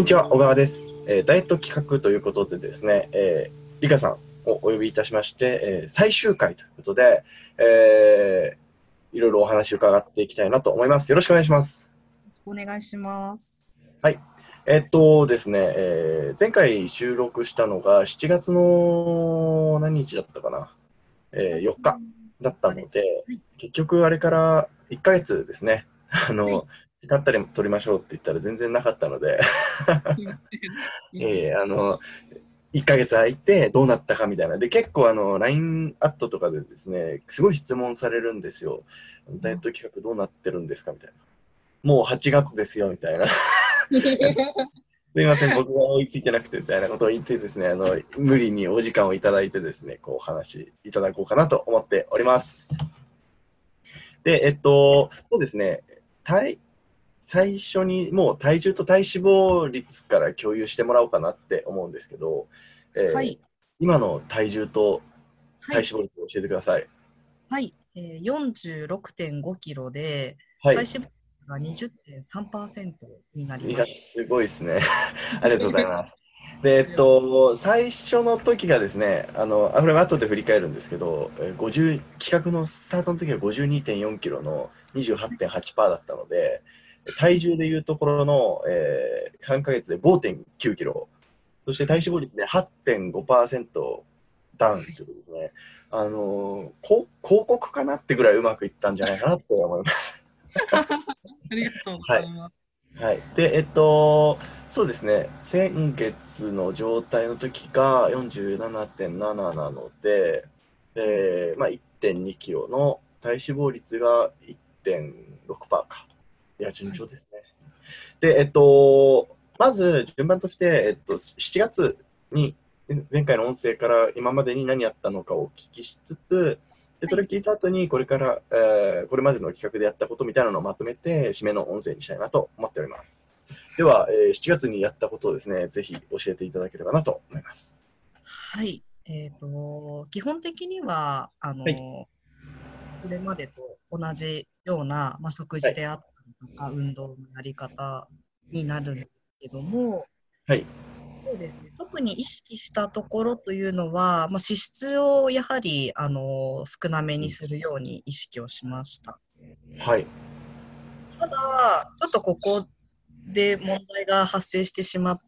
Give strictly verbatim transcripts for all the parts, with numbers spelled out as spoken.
にちは、小川です。えーダイエット企画ということでですね、えー、リカさんをお呼びいたしまして、えー最終回ということで、えーいろいろお話を伺っていきたいなと思います。よろしくお願いします。 お願いします。 はい。えっとですね、えー前回収録したのがしちがつの何日だったかな、えー 4 よっかだった日で。 ので、 はい。 結局あれからいっかげつですね、あはい。 の、時間あったり取りましょうって言ったら全然なかったので、えーあの、いっかげつ空いてどうなったかみたいな。で、結構あの、ライン アットとかでですね、すごい質問されるんですよ。ダイエット企画どうなってるんですかみたいな。もうはちがつですよみたいな。すいません、僕が追いついてなくてみたいなことを言ってですね、あの、無理にお時間をいただいてですね、こうお話いただこうかなと思っております。で、えっと、そうですね、体最初にもう体重と体脂肪率から共有してもらおうかなって思うんですけど、えーはい。 今の体重とはい。 体脂肪率を教えてください。 はい。えー、よんじゅうろくてんごキロで、 はい。 体脂肪率がにじゅってんさんパーセントになりいや、 ました。 すごいですね。ありがとうございます。で、えっありがとう。 と、最初の時がですね、あの、あこれは後で振り返るんですけど、えーごじゅう、企画のスタートの時はごじゅうにてんよんキロのにじゅうはちてんはちパーセントだったので、体重でいうところの、えー、さんかげつでごてんきゅうキロ、そして体はい。 脂肪率ではってんごパーセントダウンはい。 ということですね。あのこ広告かなってぐらいうまくいったんじゃないかなと思います。 ありがとうごはい。 ざいます。 はい。で、えっと、そうですね、先月の状態の時がよんじゅうななてんななななので、 はい。 えーまあ、いってんにキロの体脂肪率がいってんろくパーセントか。いや、順はい。 調ですね。で、えっと、まず順番として、えっと、しちがつに前回の音声から今までに何やったのかをお聞きしつつ、ではい。 それ聞いた後にこれから、えーこれまでの企画でやったことみたいなのをまとめて締めの音声にしたいなと思っております。では、えーしちがつにやったことをですね、ぜひ教えていただければなと思います。 はい。えっと、基本的には、あはい。 の、これまでと同じような、まあ、食はい。 事であったりとか、運動のやり方になるんですけども、 はい。 そうですね。特に意識したところというのは、まあ、脂質をやはり、あの、少なめにするように意識をしました。 はい。 ただ、ちょっとここで問題が発生してしまって、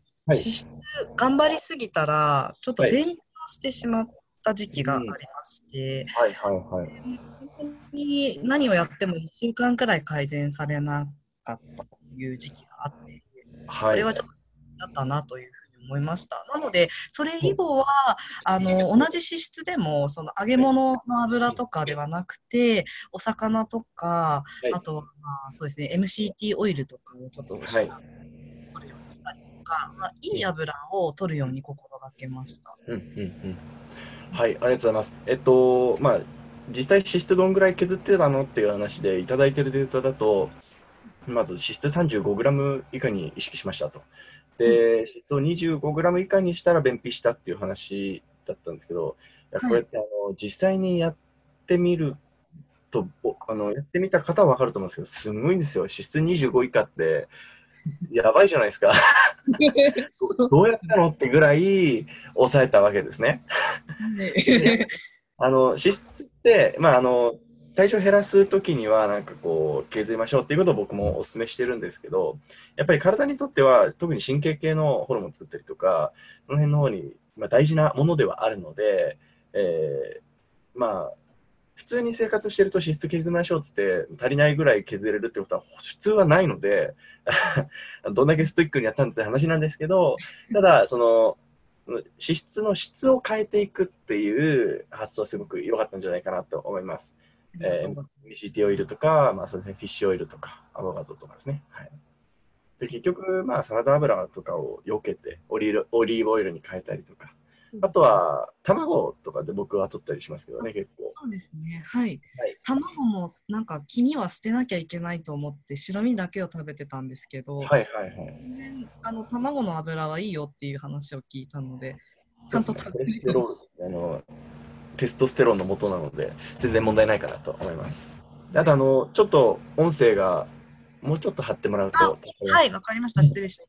はい。 脂質頑張りすぎたら、ちょっとはい。 勉強してしまった時期があうん。 りまして、 はい。はい。はい。 本当に何をやってもにしゅうかんくらい改善されなかったという時期があって、こはい。 れはちょっとだったなというふうに思いました。なので、それはい。 以後は、あの、同じ脂質でも、その揚げはい。 物の油とかではなくて、お魚とか、 はい。 あとは、まあ、そうですね、エムシーティー オイルとかをちょっとはい。 取るようにしたりとか、まあ、いい油を取るように心がけました。 うん。うん。うん。はい、ありがとうございます。えっと、まあ、実際脂質どんぐらい削ってたのっていう話でいただいているデータだと、まず脂質 さんじゅうごグラム 以下に意識しましたと。 はい。 で、脂質を にじゅうごグラム 以下にしたら便秘したっていう話だったんですけど、いや、こはい。 れってあの実際にやってみると、あのやってみた方は分かると思うんですけど、すごいんですよ。脂質にじゅうご以下ってやばいじゃないですか。 そうどうやったのってぐらい抑えたわけですね。 ね。 でやっぱりあの脂質って、まあ、あの体重を減らすときにはなんかこう削りましょうっていうことを僕もお勧めしてるんですけど、やっぱり体にとっては特に神経系のホルモンを作ったりとか、その辺の方に、まあ、大事なものではあるので、えーまあ普通に生活してると脂質削りましょうっつって足りないぐらい削れるってことは普通はないのでどんだけストイックにやったんだって話なんですけど、ただその脂質の質を変えていくっていう発想はすごく良かったんじゃないかなと思います。 ありがとえー、 うございエムシーティー オイルとか、まあそうですね、フィッシュオイルとか、アボカドとかですね。はい、で結局、まあ、サラダ油とかを避けてオリーブ、オリーブオイルに変えたりとか、あとそうですね。 は卵とかで僕は取ったりしますけどあ、 ね、結構。 そうですね。はい。 はい。 卵もなんか黄身は捨てなきゃいけないと思って白身だけを食べてたんですけど、 はいはいはい。 全然あの卵の油はいいよっていう話を聞いたので、ちゃんとそうですね、コレ食べるように。 ステロール、あの、テストステロンの元なので、全然問題ないかなと思います。あと、あの、ちょっと音声がもうちょっと貼ってもらうあ、 と助かります。 はい、わかりました。失礼しました。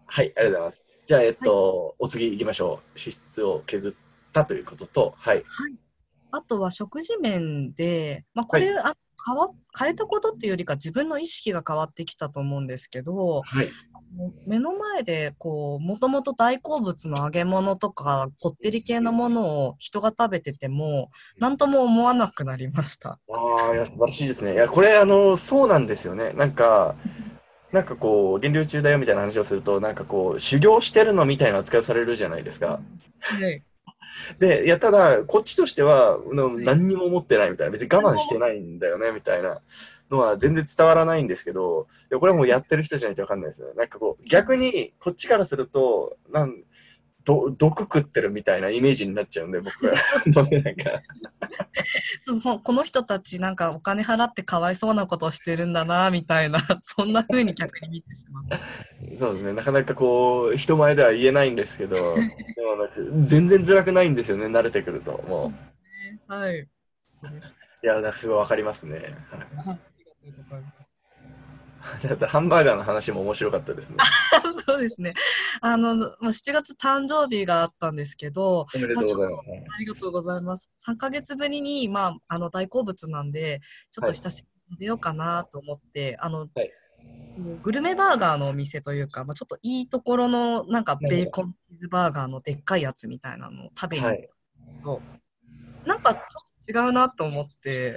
はい、ありがとうございます。じゃあ、えっはい。 と、お次行きましょう。脂質を削ったということと、はい。 はい。あとは食事面で、まあ、これ、 はい。 あ、変わ、変えたことっていうよりか自分の意識が変わってきたと思うんですけど、 はい。 もう目の前で、こう、もともと大好物の揚げ物とか、こってり系のものを人が食べてても、なんとも思わなくなりました。 ああ、いや、素晴らしいですね。いや、これ、あの、そうなんですよね。なんか、なんかこう、減量中だよみたいな話をすると、なんかこう、修行してるのみたいな扱いをされるじゃないですか。 はい。 で、いや、ただ、こっちとしては、のはい。 何にも思ってないみたいな、別に我慢してないんだよね、みたいなのは全然伝わらないんですけど、いやこれはもうやってる人じゃないとわかんないですよね。なんかこう、逆に、こっちからすると、なんど毒食ってるみたいなイメージになっちゃうんで、僕は。なんか、 そうそう、この人たちなんかお金払ってかわいそうなことをしてるんだな、みたいな、そんな風に逆に見てしまってます。 そうですね、なかなかこう、人前では言えないんですけど、でもなんか全然辛くないんですよね、慣れてくると。もね、はい。そうでしう、いや、なんかすごいわかりますね。 た。あ、ありがとうございます。 はい、だってハンバーガーの話も面白かったですね。 そうですね。あの、もうしちがつ誕生日があったんですけど、 おめでまあ、ちょっと、 とうございます。 ありがとうございます。さんかげつぶりに、まあ、あの、大好物なんで、ちょっはい。 と久しぶりに食べようかなと思って、あの、 はい。 グルメバーガーのお店というか、まあ、ちょっといいところの、なんか、 なるほど。 ベーコンチーズバーガーのでっかいやつみたいなのを食べに行ったんではい。 すけど、なんか、ちょっと違うなと思って、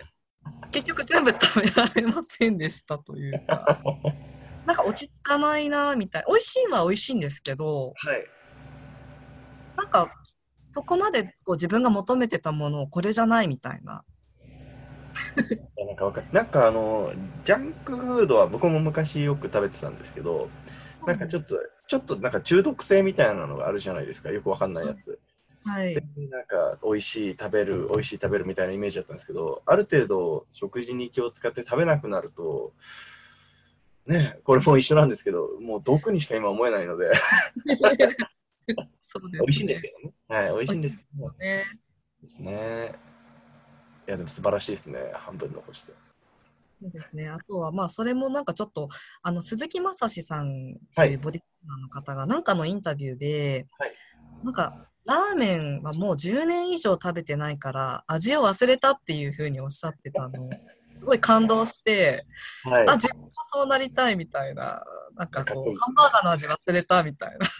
結局全部食べられませんでしたというか、なんか落ち着かないなみたいな。美味しいのは美味しいんですけど、 はい。 なんか、そこまでこう自分が求めてたものをこれじゃないみたいな。 いやなんかわかる。なんかあの、ジャンクフードは僕も昔よく食べてたんですけど、 そうなんです。 なんかちょっと、ちょっとなんか中毒性みたいなのがあるじゃないですか。よくわかんないやつ。で、 はい。 なんか美味しい食べる、美味しい食べるみたいなイメージだったんですけど、ある程度食事に気を使って食べなくなると、ね、これも一緒なんですけど、もう毒にしか今思えないので、 そう美味しいんですですね。 けどね。はい、美味しいんですけどね。 ですね。いや、でも素晴らしいですね。半分残して。 そうですね。あとは、まあ、それもなんかちょっと、あの、鈴木雅史さんはい。 というボディビルダーの方が、なんかのインタビューで、 はい。 なんか、ラーメンはもうじゅうねん以上食べてないから、味を忘れたっていうふうにおっしゃってたの、すごい感動して、あ、 はい。 自分もそうなりたいみたいな、なんいや、 かこう、 かっこいいですね。 ハンバーガーの味忘れたみたいな。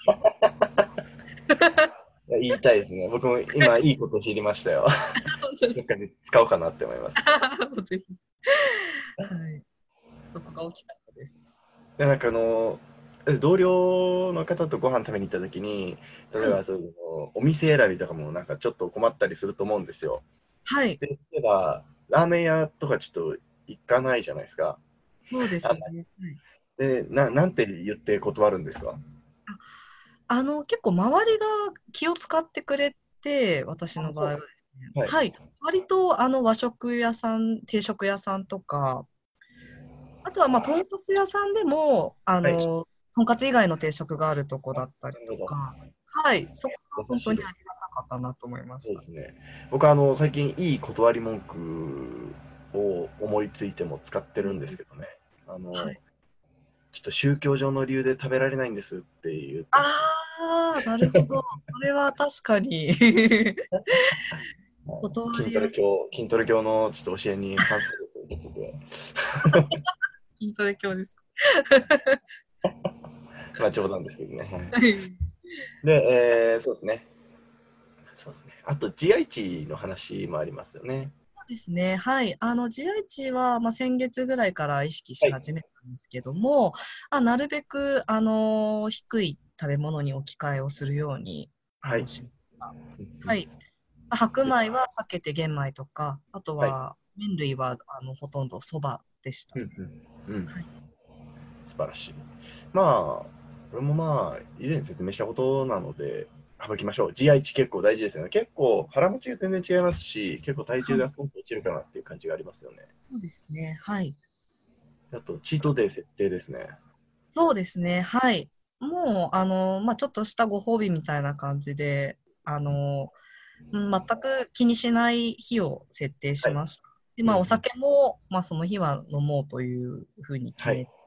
いや、言いたいですね。僕も今いいこと知りましたよ。 本当です。 どっかで使おうかなって思います。 もうぜひ。はい。そこが大きかったです。 で、なんかあの、同僚の方とご飯食べに行った時に、例はい。 えばそういうのお店選びとかもなんかちょっと困ったりすると思うんですよ。 はい。 で、例えば、ラーメン屋とかちょっと行かないじゃないですか。 そうであすね。はい。 で、な、なんて言って断るんですか？ あの、結構周りが気を使ってくれて、私あ、 の場合はでそうなんですね。 す。はい。 はい。割と、あの、和食屋さん、定食屋さんとか、あとは、まあ、とんかつ屋さんでも、あはい。なの、とんかつ以外の定食があるとこだったりるほど。 とか、はい。そこは本当にあ優しいです。 りがたかったなと思いました。 そうですね。僕はあの、最近いい断り文句を思いついても使ってるんですけどね。あの、 はい。 ちょっと宗教上の理由で食べられないんですって言ってますね。 ああ、なるほど。それは確かにはい、筋断りを、 トレ教、筋トレ教のちょっと教えに反するということで、 筋トレ教ですか？ まあ冗談ですけどね。はい、 はい。 で、えー、そうですね。そうですね。あと ジーアイ 値の話もありますよね。 そうですね。はい。あの、ジーアイ 値は、まあ、先月ぐらいから意識しはい。 始めたんですけども、あ、なるべく、あの、低い食べ物に置き換えをするように、あの、 はい。 しました。 うんうん、 はい。まあ白米は避けて玄米とか、あとはい。 は麺類は、あの、ほとんどそばでした。 うんうん。うん。 はい。 素晴らしい。まあ、これもまあ、以前説明したことなので、省きましょう。ジーアイ 値結構大事ですよね。結構腹持ちが全然違いますし、結構体重はい。 がスポンと落ちるかなっていう感じがありますよね。 そうですね。はい。 あと、チートデイ設定ですね。 そうですね。はい。もう、あの、まあ、ちょっとしたご褒美みたいな感じで、あの、うん全く気にしない日を設定しはい。 ました。で、まあ、おうんうん。 酒も、まあ、その日は飲もうというふうに決はい。 めて、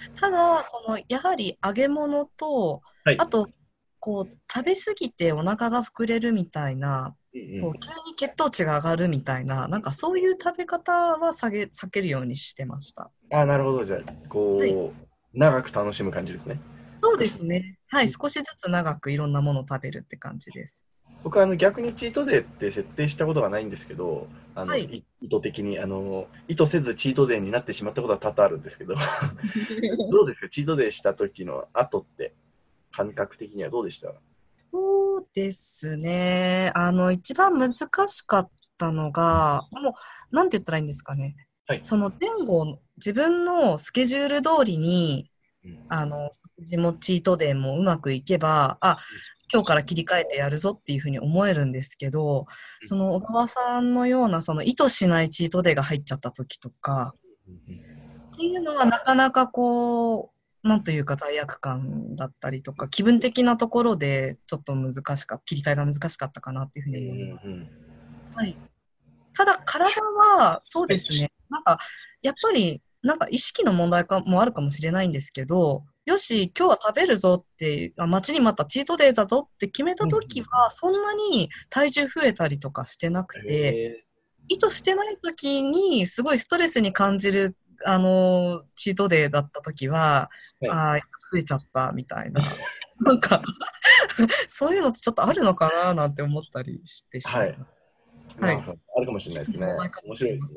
ただ、その、やはり揚げ物と、 はい。 あと、こう、食べ過ぎてお腹が膨れるみたいな、 うんうこう、 ん。 急に血糖値が上がるみたいな、なんかそういう食べ方は下げ、避けるようにしてました。 ああ、なるほど。じゃあ、 はい。 こう、長く楽しむ感じですね。 そうで少し。 すね。はい。少しずつ長くいろんなものを食べるって感じです。 僕はあの逆にチートデーって設定したことがないんですけど、あのはい。 い意図的にあの意図せずチートデーになってしまったことは多々あるんですけど、どうですか、チートデーした時の後って感覚的にはどうでした？ そうですね。あの、一番難しかったのが、もう、なんて言ったらいいんですかね。 はい。 その前後、自分のスケジュール通りに、 うん。 あの、食事もチートデーもうまくいけば、あ、今日から切り替えてやるぞっていうふうに思えるんですけど、その小川さんのような、その意図しないチートデーが入っちゃった時とか、っていうのはなかなかこう、なんというか罪悪感だったりとか、気分的なところでちょっと難しかった、切り替えが難しかったかなっていうふううんに思います。 うんうん。 はい。ただ体は、そうはい。 ですね。なんか、やっぱり、なんか意識の問題かもあるかもしれないんですけど、よし、今日は食べるぞって、あ、待ちに待ったチートデーだぞって決めたうんうんうん。 時は、そんなに体重増えたりとかしてなくて、 え意図してない時に、すごいストレスに感じる、あの、チートデーだった時は、 ー、はい。 ああ、増えちゃったみたいな。なんか、そういうのってちょっとあるのかななんて思ったりしてしはい。 まう。はい。 まあ、あるかもしれないですね。 問題かも面しれません。 白いですね。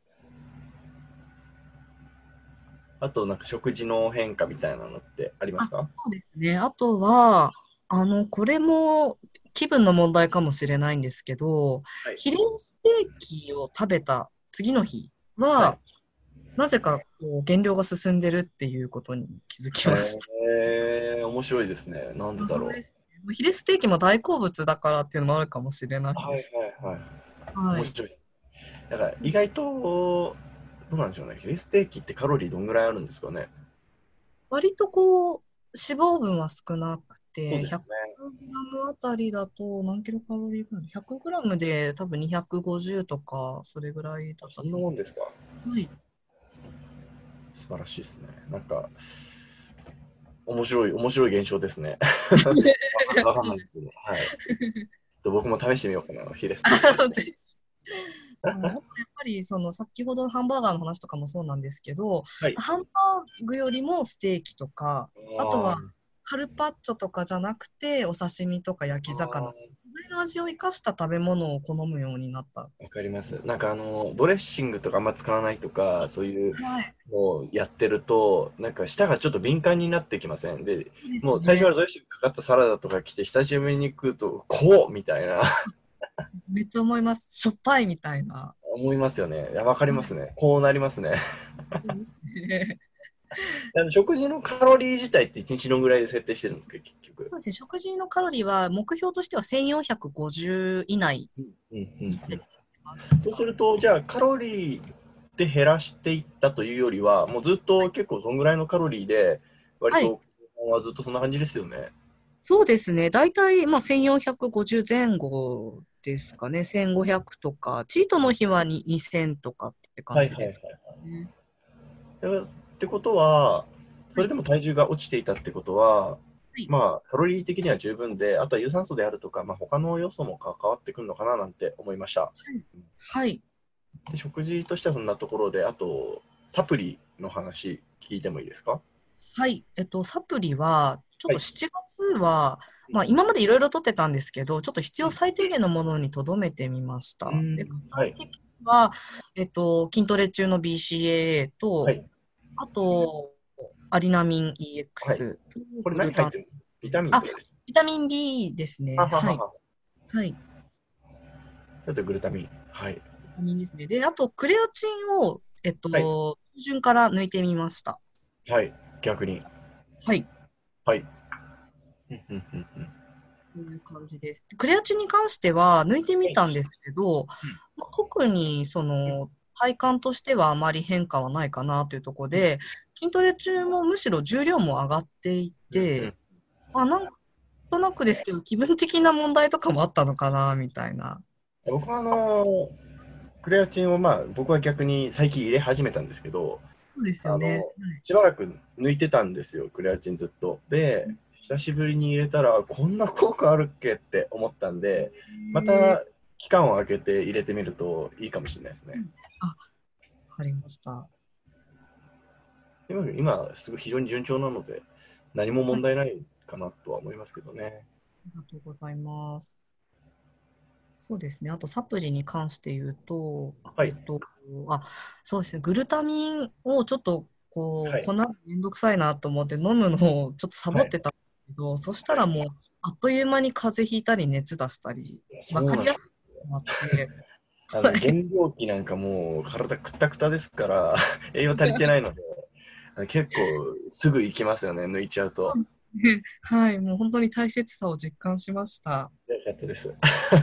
あと、なんか食事の変化みたいなのってありますあ、 か？ そうですね。あとは、あの、これも気分の問題かもしれないんですけど、 はい。 ヒレステーキを食べた次の日はい。 は、なぜかこう減量が進んでるっていうことに気づきました。 えー、面白いですね。なんでだろ謎ですね。ヒレステーキも大好物だからっていうのもあるかもしれないう。はいです。 はいはい。 はい。 面白いです。だから意外と、どうなんでしょうね。ヒレステーキってカロリーどんぐらいあるんですかね。 割とこう、脂肪分は少なくて、 そうですひゃくね。 グラムあたりだと何キロカロリーぐらい？ ひゃく グラムで多分にひゃくごじゅうとか、それぐらいだあ、そったと思んなもんですか。 う。はい。 素晴らしいですね。なんか、面白い、面白い現象ですね。わかわかんそうです。 ないですけど、はい。ちょっと僕も試してみようかな、ヒレステーキ。 ぜひはい、あとやっぱりその先ほどハンバーガーの話とかもそうなんですけど、 はい。 ハンバーグよりもステーキとか、あとはあーカルパッチョとかじゃなくてお刺身とか焼き魚、 あ素材の味を生かした食べ物を好むようになった。 ー、わかります。なんかあの、ドレッシングとかあんま使わないとか、そういうはい。 のをやってると、なんか舌がちょっと敏感になってきませんで、 そうですもう最初ね。 からドレッシングかかったサラダとか来て、久しぶりに食うと、こうみたいなめっちゃ思います。しょっぱいみたいな。 思いますよね。いや、わかりはい。 ますね。こうなりますね。 そうですね。 あの食事のカロリー自体っていちにちどんぐらいで設定してるんですか、結局。 そうですね。食事のカロリーは目標としてはせんよんひゃくごじゅう以内うんうんうんうん。 に設定しましとすた。 ると、じゃあカロリーで減らしていったというよりは、もうずっと結構そんぐらいのカロリーで、割はい。 とはずっとそんな感じですよね。 そうですね。大体、まあ、せんよんひゃくごじゅう前後ですかね。せんごひゃくとか、チートの日はににせんとかって感はいはいはい。 じですね。 えってことは、 はい。 それでも体重が落ちていたってことは、 はい。 まあ、カロリー的には十分で、あとは有酸素であるとか、まあ、他の要素も関わってくるのかななんて思いました。 はい。 で、食事としてはそんなところで、あと、サプリの話聞いてもいいですか？ はい。えっと、サプリは、ちょっはい。 としちがつは、まあ、今までいろいろとってたんですけど、ちょっと必要最低限のものにとどめてみましうた。で、具ん。はい。 体的には、えっと、筋トレ中の ビーシーエーエー と、 はい。 あと、アリナミンはい。 イーエックス とこれグルタミン。 何入ってるの？ビタミンあ、 とかですか？ ビタミン ビー ですね。はい。 はははは。 はい。 ちょっとグルタミン。はい。 ビタミンですね。で、あと、クレアチンを、えっはい。 と、基準から抜いてみました。 はい。逆に。 はい。 はい。うんうんうんうん。 こういう感じです。クレアチンに関しては抜いてはい。 みたんですけど、 うんまあ特にそうんの体感としてはあまり変化はないかなというところうんで、筋トレ中もむしろ重量も上がっていて、 うんうん。 あ、なんとなくですけど、気分的な問題とかもあったのかな、みたいな。 僕はあのークレアチンをまあ僕は逆に最近入れ始めたんですけど、 そうですよあの、 ね。 しばらく抜いてたんですよ、クレアチンずっと。で、久しぶりに入れたら、こんな効果あるっけって思ったんで、まへーた期間を空けて入れてみるといいかもしれないですね。 あ、わかりました。 今、今すごい非常に順調なので、何もはい、 問題ないかなとは思いますけどね。 ありがとうございます。そうですね。あとサプリに関して言うと、 はい。 えっと、あ、そうですね。グルタミンをちょっとこう、 はい。 粉めんどくさいなと思って飲むのをちょっとサはい。 ボってたんですけど、そしたはい。 らもう、あっという間に風邪ひいたり熱出したり、 いや、そわかりやすうなんです。 くなって、 あの、原はい。 料期なんかもう体くったくたですから、栄養足りてないので、あの結構すぐ行きますよね、抜いちゃうと。 はい、もう本当に大切さを実感しました。 よかったです。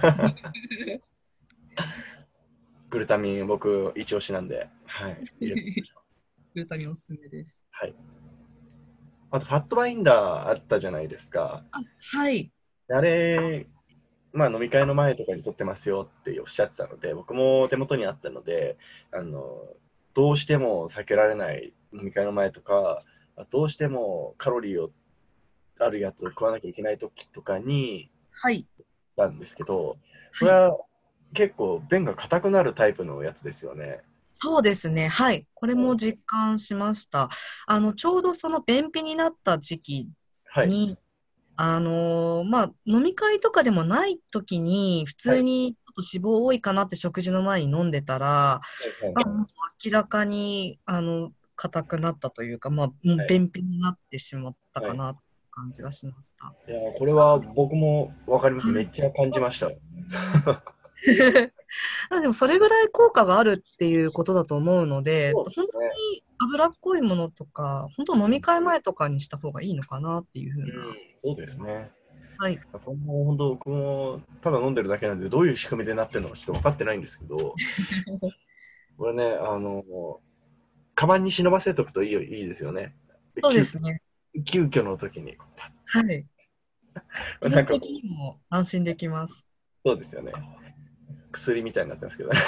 グルタミン、僕、一押しなんで、はい、入れてみましょう。 グルタミンおすすめです。 はい。あと、ファットバインダーあったじゃないですか。 あ、はい。 あれ、まあ、飲み会の前とかに撮ってますよっておっしゃってたので、僕も手元にあったので、あの、どうしても避けられない飲み会の前とか、どうしてもカロリーをあるやつを食わなきゃいけない時とかに、 はい。 なんですけど、こはい。 れは結構便が硬くなるタイプのやつですよね。 そうですね。はい。これはい。 も実感しました。あの、ちょうどその便秘になった時期はい。 に、あのーまあ、飲み会とかでもない時に、普はい。 通にちょっと脂肪多いかなって食事の前に飲んでたら、 はい。 あ、もう明らかに、あの、硬くなったというか、まあ、もうはい。 便秘になってしまったはい。 かなって感じがしました。 いや、これは僕もわかります。 はい。 めっちゃ感じそうました。 ね。あでもそれぐらい効果があるっていうことだと思うので、 そうで本当すね。 に脂っこいものとか、本当飲み会前とかにした方がいいのかなっていうふうな。 うん、そうですね。 はい。 これも本当、僕もただ飲んでるだけなんで、どういう仕組みでなってるのかちょっと分かってないんですけど、これね、あの、カバンに忍ばせとくといいよ、いいですよね。 そうで急、 すね。 急遽の時に、パはい。 ッなんかこう、 気分的にも安心できます。 そうですよね。薬みたいになってますけどね。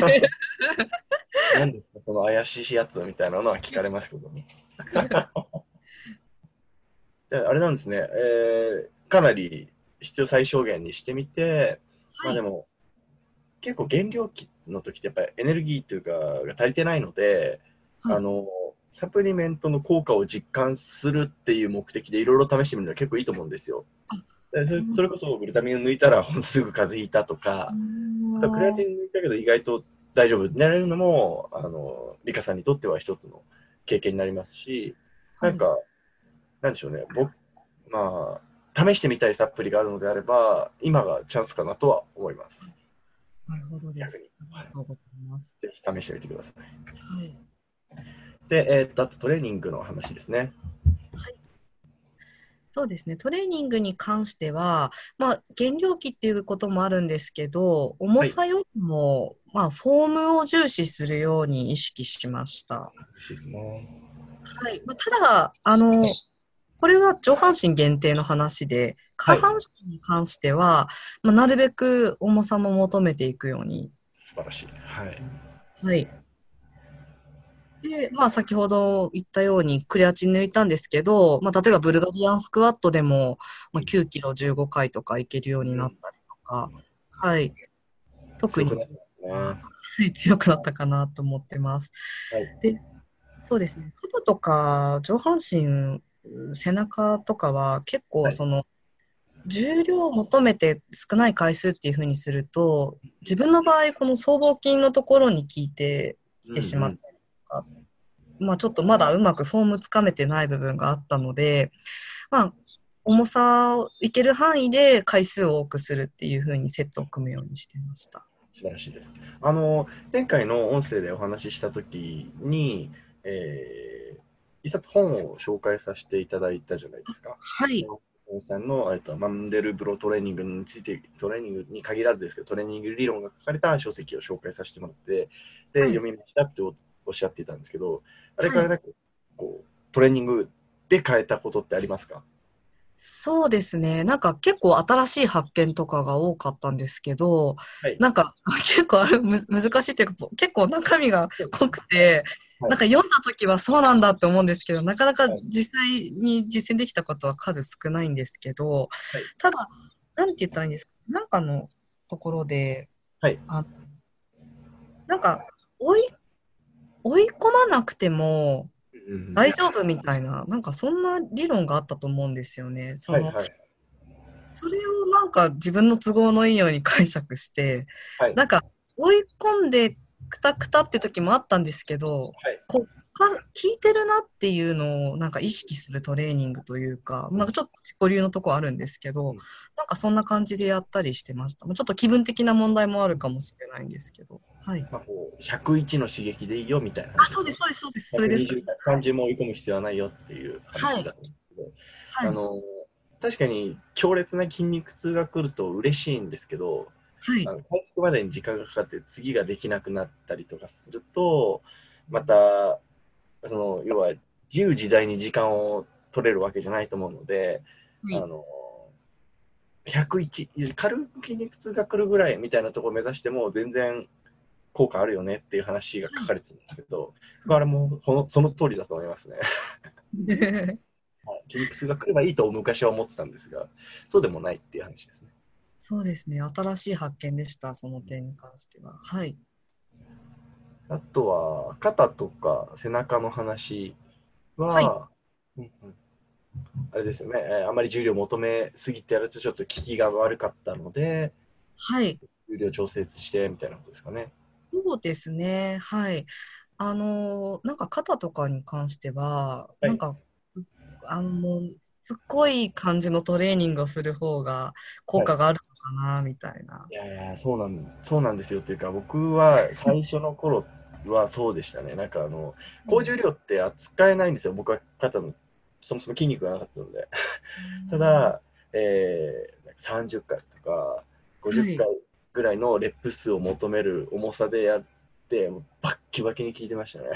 何ですか、その怪しいやつみたいなのは聞かれますけどね。であれなんですね、えーかなり必要最小限にしてみて、まはい。 あでも、結構減量期の時ってやっぱりエネルギーというかが足りてないので、 はい。 あの、サプリメントの効果を実感するっていう目的でいろいろ試してみるのは結構いいと思うんですよ。 あ、 でそれそう。 それこそグルタミンを抜いたらほんとすぐ風邪ひいたとあか、あとクレアチーン抜いたけど意外と大丈夫になれるのも、あの、リカさんにとっては一つの経験になりますし、なはい。 んか、なんでしょうね、僕、まあ、試してみたいサプリがあるのであれば、今がチャンスかなとは思います。 なるほどです。 逆に。 ありはい、 がとうございます。 ぜひ試してみてください。 はい。 で、えーっと、あとトレーニングの話ですね。 そうですね。トレーニングに関しては、まあ、減量期っていうこともあるんですけど、重はい。 さよりも、まあ、フォームを重視するように意識しました。 ですね。 はい。まあ、ただ、あの、これは上半身限定の話で、下はい。 半身に関しては、まあ、なるべく重さも求めていくように。 素晴らしい。はい。 はい。で、まあ、先ほど言ったようにクレアチン抜いたんですけど、まあ、例えばブルガリアンスクワットでも、まあ、きゅうキロじゅうごかいとかいけるようにうん。 なったりとか、はい。特に強くなりますね。 はい強くなったかなと思ってます。 はい。 で、そうですね。肩とか上半身、背中とかは結構はい。 その重量を求めて少ない回数っていう風にすると、自分の場合、この僧帽筋のところに効いてきうんうてしまったん。 りとか、まあちょっとまだうまくフォームつかめてない部分があったので、まあ重さをいける範囲で回数を多くするっていう風にセットを組むようにしてました。 素晴らしいです。あの、前回の音声でお話ししたときに、えー、一冊本を紹介させていただいたじゃないですか。 はい。 大さんの、えっと、マンデルブロトレーニングについて、トレーニングに限らずですけど、トレーニング理論が書かれた書籍を紹介させてもらって、で、 はい。 読みましたっておおっしゃっていたんですけど、あれはい。 からなんか、こう、トレーニングで変えたことってありますか？ そうですね。なんか結構新しい発見とかが多かったんですけど、 はい。 なんか結構あれむ難しいっていうか、結構中身が濃くて、 はい。 なんか読んだ時はそうなんだって思うんですけど、なかなかはい。 実際に実践できたことは数少ないんですけど、 はい。 ただ、なんて言ったらいいんですか、なんかのところで、 はい。 あ、なんか追い、追い込まなくてもうんうん。 大丈夫みたいな、なんかそんな理論があったと思うんですよね。その、 はいはい。 それをなんか自分の都合のいいように解釈して、 はい。 なんか追い込んでくたくたって時もあったんですけど、 はい。 こうか聞いてるなっていうのをなんか意識するトレーニングというか、なんかちょっと自己流のとこあるんですけど、 うん。 なんかそんな感じでやったりしてました。もうちょっと気分的な問題もあるかもしれないんですけど。はい。 まあ、こう、ひゃくいちの刺激でいいよみたいなあ、 話ですね。 そうです、そうです、そうです。それです、それひゃくにじゅう、 です。はい。 さんじゅうも追い込む必要はないよっていうはい。 話だと思うんですけど、 はい。 あの、確かに強烈な筋肉痛が来ると嬉しいんですけど、 はい。 あの回復までに時間がかかって次ができなくなったりとかすると、また、その、要は自由自在に時間を取れるわけじゃないと思うので、 はい。 あの、ひゃくいち、軽く筋肉痛が来るぐらいみたいなところを目指しても全然効果あるよねっていう話がはい。 書かれてるんですけど、僕はあれもそのその通りだと思いますね。はい、筋肉痛が来ればいいと昔は思ってたんですが、そうでもないっていう話ですね。 そうですね。新しい発見でした。その点に関しては。はい。 あとは、肩とか背中の話はい。 は、うんうん、あれですよね、えーあまり重量求めすぎてやるとちょっと効きが悪かったので、 はい。 重量調節してみたいなことですかね。 そうですね。はい。あのーなんか肩とかに関しては、 はい。 なんか、あの、もうすっごい感じのトレーニングをする方が効はい。 果があるのかな、みたいな。 いやいや、そうなん、そうなんですよっていうか、僕は最初の頃はそうでしたね。なんかあの、高重そうなん量って扱えないんですよ。僕は肩の、そもそも筋肉がなかったので。 うたん。 だ、えー、さんじゅっかいとか50 はい。 回ぐらいのレップ数を求める重さでやって、もうバッキバキに効いてましたね。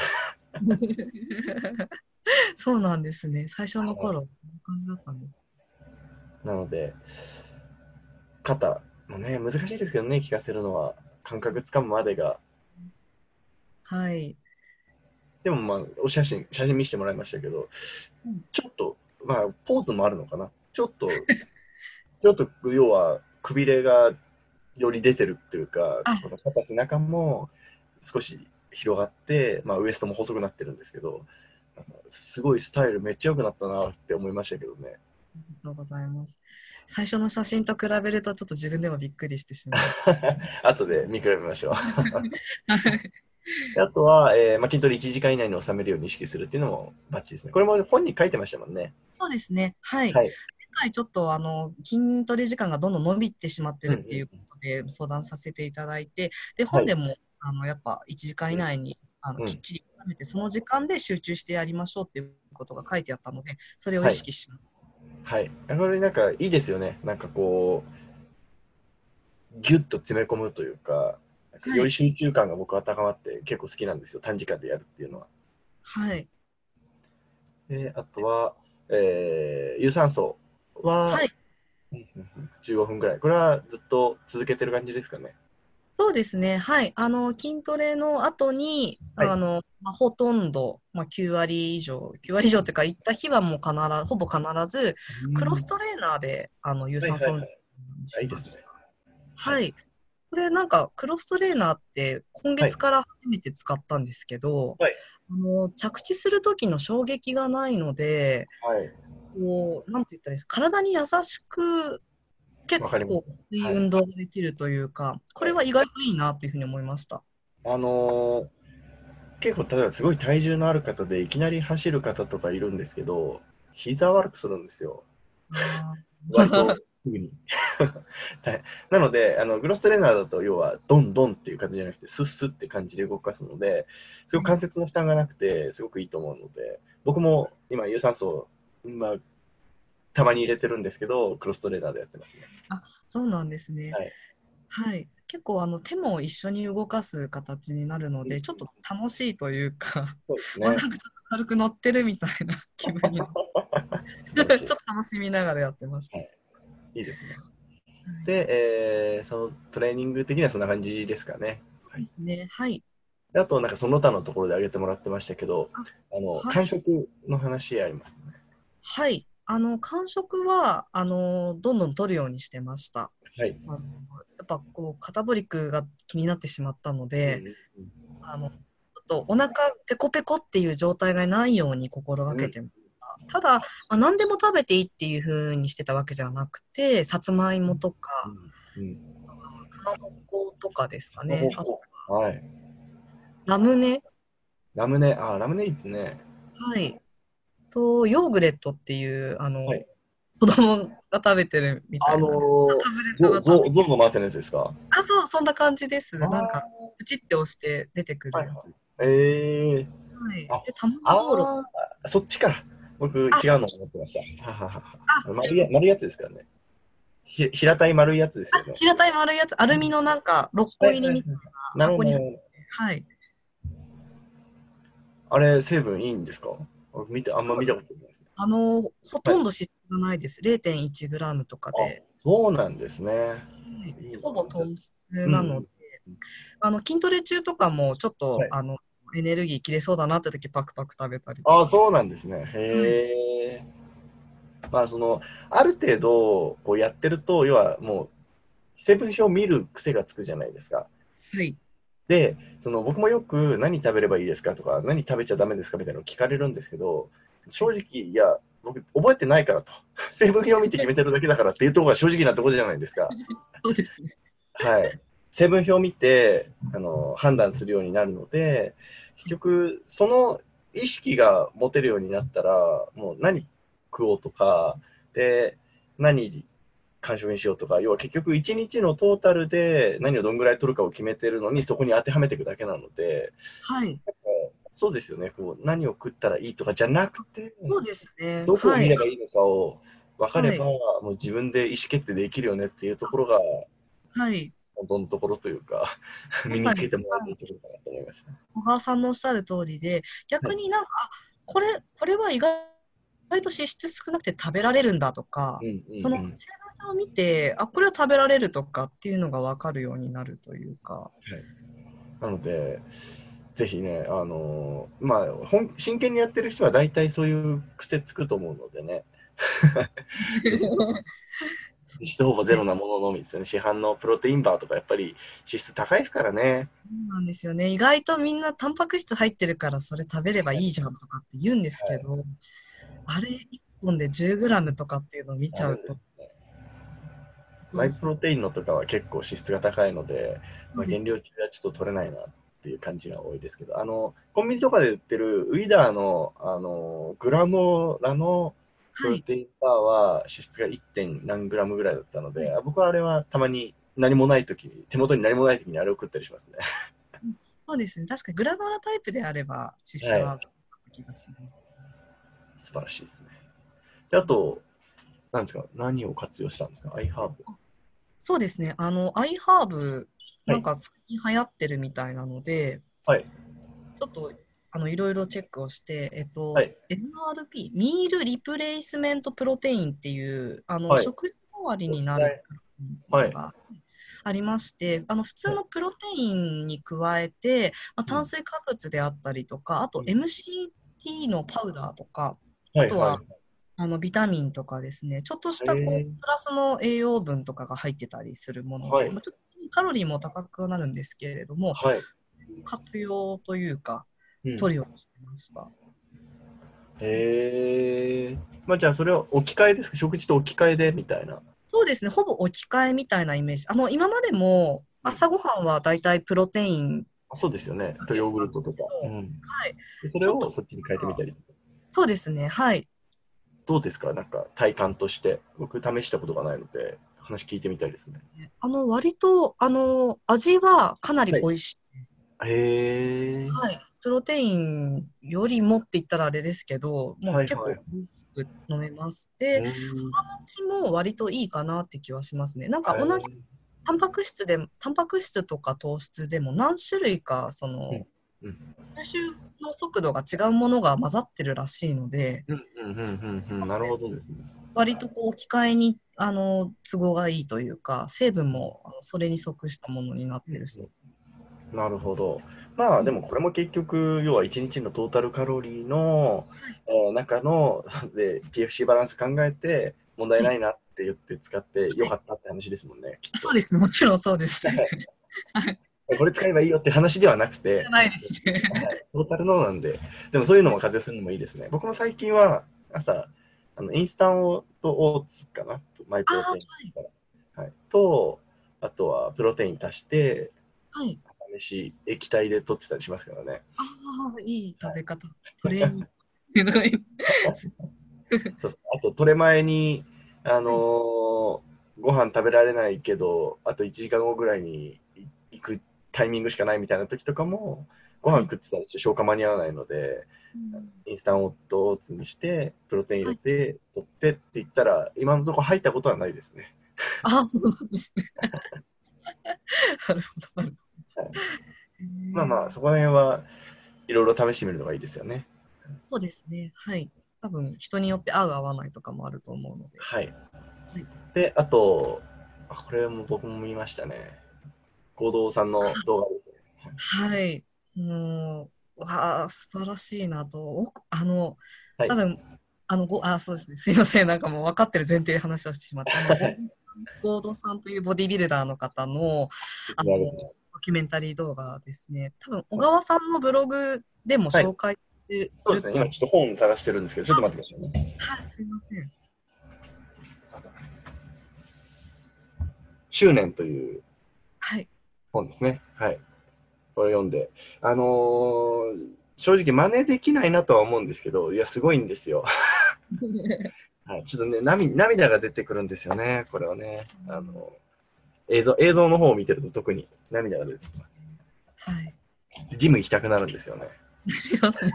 そうなんですね。最初のはい。 頃、こんな感じだったんです。 なので、肩もね、難しいですけどね、効かせるのは。感覚つかむまでが。 はい。 でもまあ、お写真、写真見せてもらいましたけど、 うん。 ちょっと、まあ、ポーズもあるのかな。ちょっと、ちょっと、要は、くびれがより出てるっていうか、 あ、 この肩背中も少し広がって、まあ、ウエストも細くなってるんですけど、すごいスタイルめっちゃ良くなったなって思いましたけどね。 ありがとうございます。最初の写真と比べると、ちょっと自分でもびっくりしてしまって。 後で見比べましょう。 はい。 あとは、えーまあ、筋トレいちじかん以内に収めるように意識するっていうのもバッチリですね。これも本に書いてましたもんね。 そうですね。はい。 はい。 今回ちょっとあの筋トレ時間がどんどん伸びてしまってうんうるっていうこん。 とで相談させていただいて、で、 はい。 本でもあのやっぱいちじかん以内にあのうん。 きっちり固めて、その時間で集中してやりましょうっていうことが書いてあったので、それを意はい。 識します。 はい。これなんかいいですよね。なんかこう、ギュッと詰め込むというか、なんかはい。 より集中感が僕は高まって結構好きなんですよ。短時間でやるっていうのは。 はい。 で、あとは、えー有酸素ははい。 じゅうごふんぐらい。これはずっと続けてる感じですかね。 そうですね。はい。あの、筋トレの後に、 はい。 あの、まあ、ほとんど、まあ、きゅう割以上、きゅう割以上っていうか、行った日はもう必ず、ほぼ必ず、クロストレーナーで、あの、有はい酸素運動はいはい。 にあ、いいですね。 しました。 はい。 はい。これなんか、クロストレーナーって今はい。 月から初めて使ったんですけど、 はい。 あの、着地する時の衝撃がないので、 はい。 こう、なんて言ったらいいですか、体に優しく結わかります。 構いいはい。 運動ができるというか、こはい。 れは意外といいなというふうに思いました。 あのー結構、例えばすごい体重のある方でいきなり走る方とかいるんですけど、膝悪くするんですよ。 あ割とーすぐに。はい。なので、あの、グロストレーナーだと、要は、ドンドンっていう感じじゃなくて、スッスッって感じで動かすので、すごく関節の負担がなくて、すごくいいと思うので、僕も今、有酸素、まあ、たまに入れてるんですけど、クロストレーナーでやってますね。 あ、そうなんですね。 はい。 はい。結構あの手も一緒に動かす形になるのうん、 で、ちょっと楽しいというか、 そうですあ、 ね。 なんかちょっと軽く乗ってるみたいな気分に素晴らしい。 ちょっと楽しみながらやってました。 はい。いいですね。 はい。 で、えーそのトレーニング的にはそんな感じですかね。 そうはい。 ですね。はい。 であと、なんかその他のところで挙げてもらってましたけど、 あ、 あの、 はい。 間食の話ありますね。 はい。あの、間食は、あの、どんどん取るようにしてました。 はい。 あの、やっぱこう、カタボリックが気になってしまったので、 うんうんあの、ちょっとお腹ペコペコっていう状態がないように心がうん。うん。 けてました。ただ、まあ、何でも食べていいっていう風にしてたわけじゃなくて、さつまいもとか、 うん。 かまぼことかですかね。あと、 ほほほ。はい。 ラムネ。 ラムネ、あ、ラムネいいですね。 はい。と、ヨーグレットっていう、あの、 はい。 子供が食べてるみあのたいな、 ー、 タブレットゾ、ゾ、 型の。 ゾウのマーテンのやつですか？ あ、そう、そんな感じです。 あなんか、 あプチって押して出てくー、はいはい。 るやつ。 ええはい。 ー。あ、 で、卵ボーロ。 ああ、そっちか。僕、違うあ、そっち。 の思ってました。はははは。 あ、すい丸いや、 ません。 丸いやつですからね。ひ、平たい丸いやつですよね。 平たい丸いやつ、アルミのなんか、ろっはいはいはい。 こ入りみたいななるほど、 箱に入って、 なるほど。 はい。 あれ、成分いいんですか？僕見て、あんま見たそう、 ことないですね。 あの、ほはい。 とんど脂質がないです。れいてんいちグラムとかあ、 で、 そうなんですね。 はい、 いいな。 ほぼじゃあ、 糖質うんうん。 なので、あの、筋トレ中とかも、ちょっと、 はい。 あの、エネルギー切れそうだなって時、パクパク食べたりとあ、 かして。 そうなんですね。 はい。 へえ。まあ、その、ある程度、こうやってると、要はもう、成分表を見る癖がつくじゃないですか。 はい。 で、その僕もよく何食べればいいですかとか、何食べちゃダメですかみたいなのを聞かれるんですけど、 はい。 正直、いや、僕、覚えてないからと。成分表を見て決めてるだけだからっていうところが正直なところじゃないですか。 そうですね。 はい。成分表を見て、あの、判断するようになるので、結局、その意識が持てるようになったら、もう何食おうとか、で、何干渉にしようとか、要は結局いちにちのトータルで何をどんぐらい取るかを決めてるのに、そこに当てはめていくだけなので、 はい。 そうですよね、こう何を食ったらいいとかじゃなくて、 そうですね。 どこを見はい。 ればいいのかを分かれば、 はい。 もう自分で意思決定できるよねっていうところが、 はい。 本当のところというか、身につまさに、 けてもらいたいはい、 ところかなと思いました。 小川さんのおっしゃる通りで、 はい。 逆になんか、あ、これ、これは意外と脂質少なくて食べられるんだとか、 うんうんそのうん。 成分表を見て、あ、これは食べられるとかっていうのが分かるようになるというか。 はい。なので、ぜひね、あのーまあ、本真剣にやってる人は大体そういう癖つくと思うのでね、ぜひそう脂質ほぼゼですね。 ロなもののみですよね。市販のプロテインバーとかやっぱり脂質高いですからね。 そうなんですよね。意外とみんなタンパク質入ってるからそれ食べればいいじゃんとかって言うんですけど、あれいっぽんでじゅうグラムとかっていうのを見ちあるんでゃうと、 すね。マそうそう、 イプロテインのとかは結構脂質が高いので、まあ、 そうです。 減量中はちょっと取れないなっていう感じが多いですけど、あの、コンビニとかで売ってるウィダーの、あの、グラノラのプはい。 ロテインバーは脂質が いって. 何グラムぐらいだったので、 はい。 あ僕はあれはたまに何もない時に、手元に何もない時にあれを食ったりしますね。 うん、そうですね。確かにグラノーラタイプであれば脂質はい。 はそうな気がします。 素晴らしいですね。で、あと、何ですか、何を活用したんですか？ iHerb。 そうですね。あの、アイハーブ、 はい。 なんか最近流行ってるみたいなので、 はい。 ちょっと、あの、いろいろチェックをして、えっと、 はい。 エムアールピー、ミールリプレイスメントプロテインっていう、あの、 はい。 食事代わりになるおしない。 プロテインっていうはい。 のがありまして、あの、普通はい。 のプロテインに加えて、まあ、 うん。 炭水化物であったりとか、あとうん。 エムシーティー のパウダーとか、あはいはい。 とは、あの、ビタミンとかですね、ちょっとしたこう、 えー、 プラスの栄養分とかが入ってたりするもので、 はい。 まあ、ちょっとカロリーも高くなるんですけれども、 はい。 活用というか、 うん。 取るようにしてました。 へえ。まあじゃあそれは置き換えですか？食事と置き換えでみたいな。 そうですね、ほぼ置き換えみたいなイメージ。あの、今までもうん。 朝ごはんはだいたいプロテインあ、そうですよね。とヨーグだけだったんでルトとか。うすけど、 ん。 はい、 でそれちょっと、 をそっちに変えてみたり。 そうですね、はい。 どうですか？なんか体感として。僕試したことがないので、話聞いてみたいですね。 あの、割と、あの、味はかなりはい。 美味しい。 へえ。 はい。プロテインよりもって言ったらあれですけど、もう結構はいはい。 美味しく飲めます。 うで、 ん。 腹持ちも割といいかなって気はしますね。なんか同じへえ。 タンパク質で、タンパク質とか糖質でも何種類か、その、 うん。うん。 吸収の速度が違うものが混ざってるらしいので、 うん。うん。うん。うん。なるほどですね。 割とこう機械にあの都合がいいというか、成分もあのそれに即したものになっうん。 てるそう。 なるほど。まあでもこれも結局、要はいちにちのトータルカロリーの、えー中ので ピーエフシー バランス考えて問題はい。 ないなって言って使ってよはい。 かったって話ですもんね、きっと。 そうですね。もちろんそうですね。はい。 これ使えばいいよって話ではなくて、 じゃないですね。 はい、トータルのなんで、でもそういうのも活用するのもいいですね。僕も最近は朝、あのインスタントオーツかな、マイああ、 プロテインはい。 から、はい、と、あとはプロテイン足して、 はい。 朝飯液体で取ってたりしますからね。 ああ、いい食べ方。トレーニング。はい。 そうあと、トレ前に、あのはい。 ーご飯食べられないけど、あといちじかんごぐらいに行くタイミングしかないみたいな時とかも、ご飯はい。 食ってたら消化間に合わないので、 うん。 インスタントオーツにして、プロテイン入はい。 れて、取ってって言ったら、今のところ入ったことはないですね。 ああ、そうなんですね。なるほど、なるはい、 ほど。へまあまあ、 え。 そこら辺はいろいろ試してみるのがいいですよね。 そうですね。はい。多分、人によって合う合わないとかもあると思うので。 はい。 はい。 で、あと、これも僕も見ましたね。合同さんの動画ですね。 はい。もう、わあ、素晴らしいなと。おあの、 はい。 多分、あの、ご、あ、そうですね。すいません。なんかもう分かってる前提で話をしてしまって、あの、ゴゴードさんというボディビルダーの方の、あの、 なるほど。 ドキュメンタリー動画ですね。多分、小はい。 川さんのブログでもはい。 紹介してそうですね。 ると。 今ちょっと本探してるんですけど、ちょっと待ってくださいね。 はい、すいません。 執念というはい。 本ですね。はい。これ読んで。あのー正直真似できないなとは思うんですけど、いや、すごいんですよ。はい。ちょっとね、涙涙が出てくるんですよね、これはね。あの、映像、映像の方を見てると特に涙が出てきます。 はい。 ジム行きたくなるんですよね。 すいません。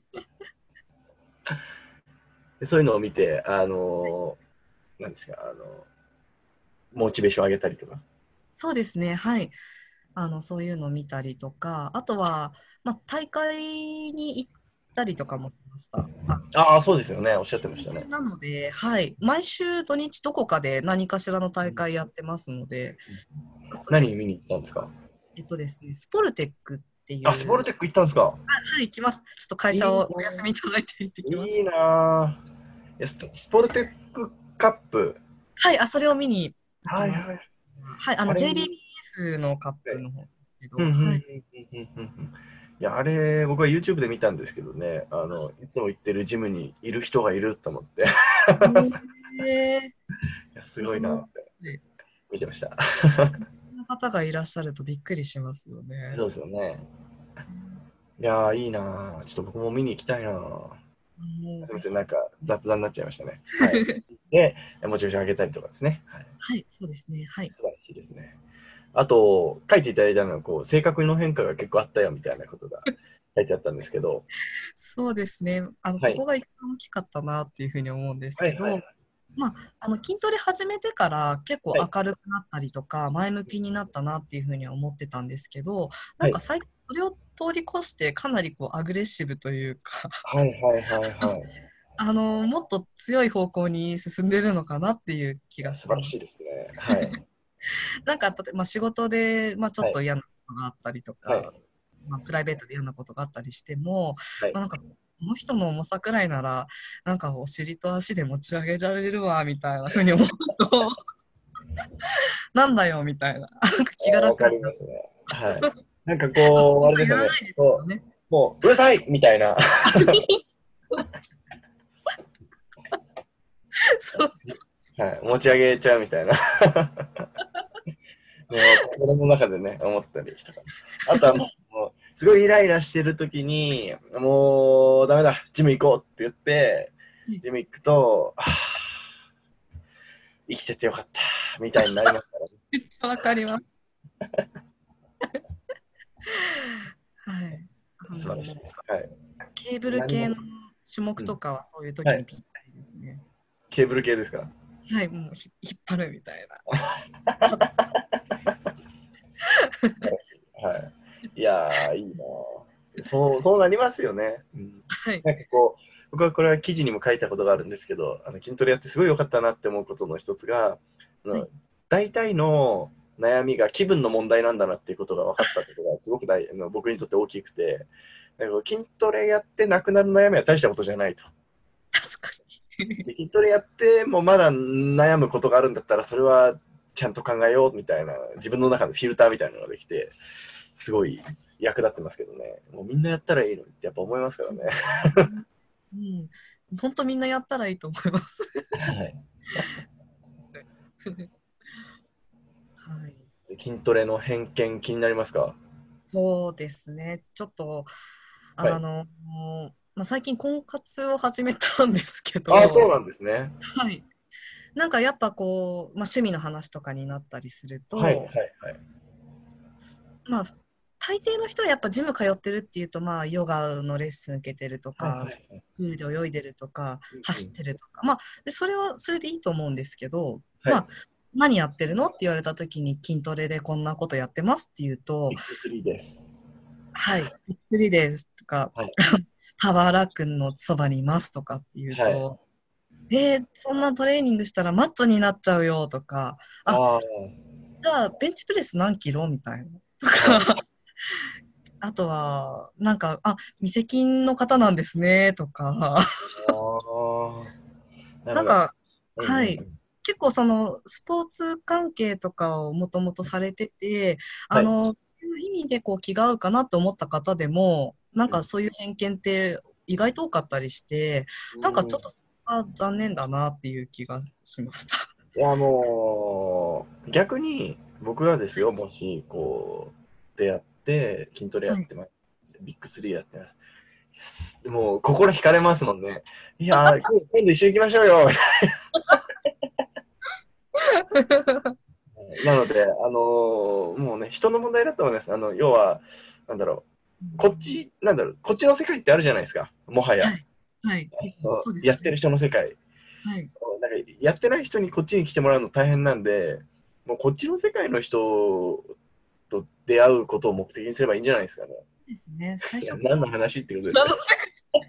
でそういうのを見て、あのーなんですか、あの、モチベーション上げたりとか。 そうですね。はい。あの、そういうのを見たりとか、あとは、まあ、大会に行ったりとかもしました。あ、 ああ、そうですよね。おっしゃってましたね。 なので、はい。毎週土日どこかで何かしらの大会やってますので、それ、 何見に行ったんですか？ えっとですね、スポルテックってあ、スポいう、 ルテック行ったんですか？ はい、行きます。ちょっと会社いいをお休みいただいて行ってきました。 いいなぁ。ススポルテックカップ。 はい、あ、それを見に行きます。 はいはい。 はい、あの、 あれ、ね、 ジェイビービーエフ のカップの方ですけど、 うんうんうんはい。 うんうんうん。いや、あれ、僕は YouTube で見たんですけどね、あの、いつも行ってるジムにいる人がいると思って、 へえいやすー、 ごいなってで見てました。 そんな方がいらっしゃるとびっくりしますよね。 そうですよね。いやー、いいなぁ。ちょっと僕も見に行きたいなぁ。 もうぜひ。 すみません、なんか雑談になっちゃいましたね。はい。で、モチベーション上げたりとかですね。はい。 はい、そうですね。はい。 素晴らしいですね。あと、書いていただいたのは、こう、性格の変化が結構あったよみたいなことが書いてあったんですけど、 そうですね。あの、 はい。 ここが一番大きかったなっていうふうに思うんですはいはいはい。 けど、まあ、あの筋トレ始めてから結構はい。 明るくなったりとか前向きになったなっていうふうには思ってたんですけど、なはい。 んか最近それを通り越してかなりこうアグレッシブというかはいはいはいはい。 あのもっと強い方向に進んでるのかなっていう気がしてます。 素晴らしいですね。はい。 なんか、例えばまあ、仕事で、まあ、ちょはい。 っと嫌なことがあったりとか、 はい。 まあ、プライベートで嫌なことがあったりしても、 はい。 まあ、なんか、この人の重さくらいなら、なんかお尻と足で持ち上げられるわ、みたいなふうに思うと、なんだよ、みたいな。なんか気があーわか楽になる。 りますね。はい。なんかまあ、 こう、あ本当れですよね。 はやらないですけどこね。 う、もう、うるさいみたいな。 そうそはい。持ち上げちゃうみたいな。もう心の中でね、思ったりしたから。あとはもう、もうすごいイライラしてるときに、もうダメだ、ジム行こうって言って、 う。はい。 ジム行くと、はぁ生きててよかった、みたいになりますからね。 めっちゃわかります。はい。あ素晴らしいの、 です。はい。 ケーブル何も、 系の種目うん。 とかはそういうはい。 時にぴったりですね。 ケーブル系ですか？ はい、もうひ引っ張るみたいな。 はい。いやー、いいなぁ。そう、そうなりますよね。うん。 はい。 なんかこう、僕はこれは記事にも書いたことがあるんですけど、あの筋トレやってすごい良かったなって思うことの一つが、あのはい。 大体の悩みが気分の問題なんだなっていうことが分かったことがすごく大あの僕にとって大きくて、だから筋トレやってなくなる悩みは大したことじゃないと。 確かに。 で筋トレやってもまだ悩むことがあるんだったら、それはちゃんと考えようみたいな、自分の中のフィルターみたいなのができて、すごい役立ってますけどね。もうみんなやったらいいのにってやっぱ思いますからね。 うん、本当みんなやったらいいと思います。 はい。 はい。 筋トレの偏見気になりますか？ そうですね。ちょっと、 はい。 あの、まあ、最近婚活を始めたんですけああ、そうど、 なんですね。 はい。なんかやっぱこう、まあ、趣味の話とかになったりするはい、はい、 と、 はい。 まあ、大抵の人はやっぱジム通ってるっていうと、まあ、ヨガのレッスン受けてるとはい、はか、 い、はい。 プールで泳いでるとか、走っうんうん。 てるとか、まあ、で、それはそれでいいと思うんですけど、 はい。 まあ、何やってるのって言われた時に筋トレでこんなことやってますっていうと、 ビッグスリーです。 はい、びっくりですとか、 はい。 パワーラックのそばにいますとかっていうはい。 と、えー、そんなトレーニングしたらマッチョになっちゃうよとか、あ、 ああ、 じゃあベンチプレス何キロみたいな。とはい。 か、あとは、なんか、あ、未成金の方なんですねとか、 ああ、なるほど。 なんか、 うんうんはい。 うん。 結構そのスポーツ関係とかをもともとされてて、 はい。 あの、そういう意味でこう気が合うかなと思った方でも、なんうんかそういう偏見って意外と多かったりして、なんかうん。 ちょっとそこが残念だなっていう気がしました。 いや、もう、逆に僕がですよ、もし、こう、出会って、筋トレやはい。 ってます。ビッグスリーやってます。もう、心惹かれますもんね。いやー、今今度一緒に行きましょうよ。なので、あのーもうね、人の問題だと思います。あの、要は、なんだろう、こっち、なんだろう、こっちの世界ってあるじゃないですか、もはや。 はい。はい。そうですね。 やってる人の世界。 はい。 なんかやってない人にこっちに来てもらうの大変なんで、もうこっちの世界の人と出会うことを目的にすればいいんじゃないですかね。 ですね。最いや、 初から、 何の話ってことですよ。 何の世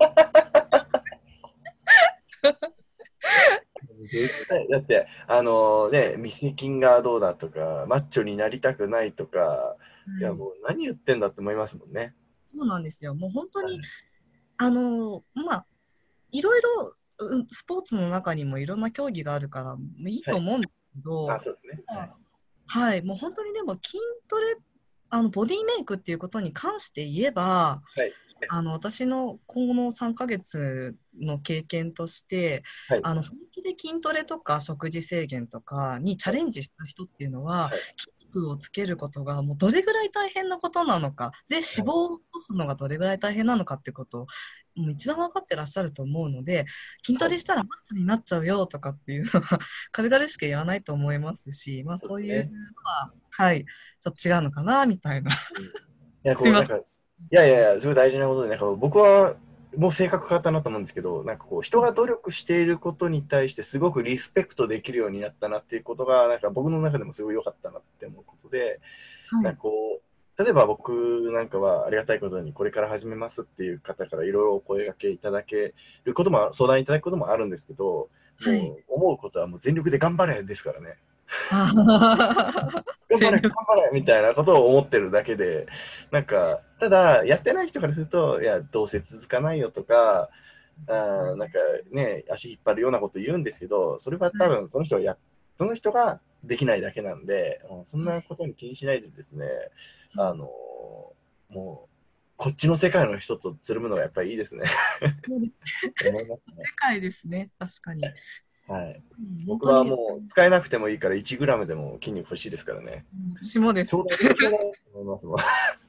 絶対、だって、あのね、ミスキンがどうだとか、マッチョになりたくないとか、いや、 界。 もう何言ってんだって思いますもんね。 そうなんですよ。もう本当に、 はい。 あの、まあ、いろいろ、うんスポーツの中にもいろんな競技があるから、いいはい。 と思うんですけあ、 ど、 そうですね。はい。 はい、もう本当にでも筋トレ、あの、ボディメイクっていうことに関して言えば、 はい。 あの、私の今後のさんかげつの経験として、 はい。 あの、本気で筋トレとか食事制限とかにチャレンジした人っていうのは、 はい。 筋肉をつけることがもうどれぐらい大変なことなのか、で、脂はい。 肪を落とすのがどれぐらい大変なのかってことを、もう一番分かってらっしゃると思うので、筋はい。 トレしたらマッチョになっちゃうよとかっていうのは、軽々しく言わないと思いますし、まあそういうのそうですね。 は、はい、ちょっと違うのかな、みたいな。 うん。いや、こう、 すいません。 なんか、いやいやいや、すごい大事なことで、なんか僕は、もう性格変わったなと思うんですけど、なんかこう、人が努力していることに対してすごくリスペクトできるようになったなっていうことが、なんか僕の中でもすごい良かったなって思うことで、 はい。 なんかこう、例えば僕なんかはありがたいことにこれから始めますっていう方からいろいろお声掛けいただけることも、相談いただくこともあるんですけど、 はい。 もう思うことはもう全力で頑張れですからね。 あー頑張れ、頑全力。 張れみたいなことを思ってるだけで、なんか、ただ、やってない人からすると、いや、どうせ続かないよとか、あーなんかね、足引っ張るようなこと言うんですけど、それは多はい。 分その人はや、その人ができないだけなんで、うんそんはい。 なことに気にしないでですね、 はい。 あの、もう、こっちの世界の人とつるむのがやっぱりいいですね。 そうです。 思いますね。 世界ですね。確かに。 はい。 うん、本僕当に、 はもう使えなくてもいいからいちグラムでも筋肉欲しいですからね。 私もです。 ちょうだい、ちょうだいと思いますもん。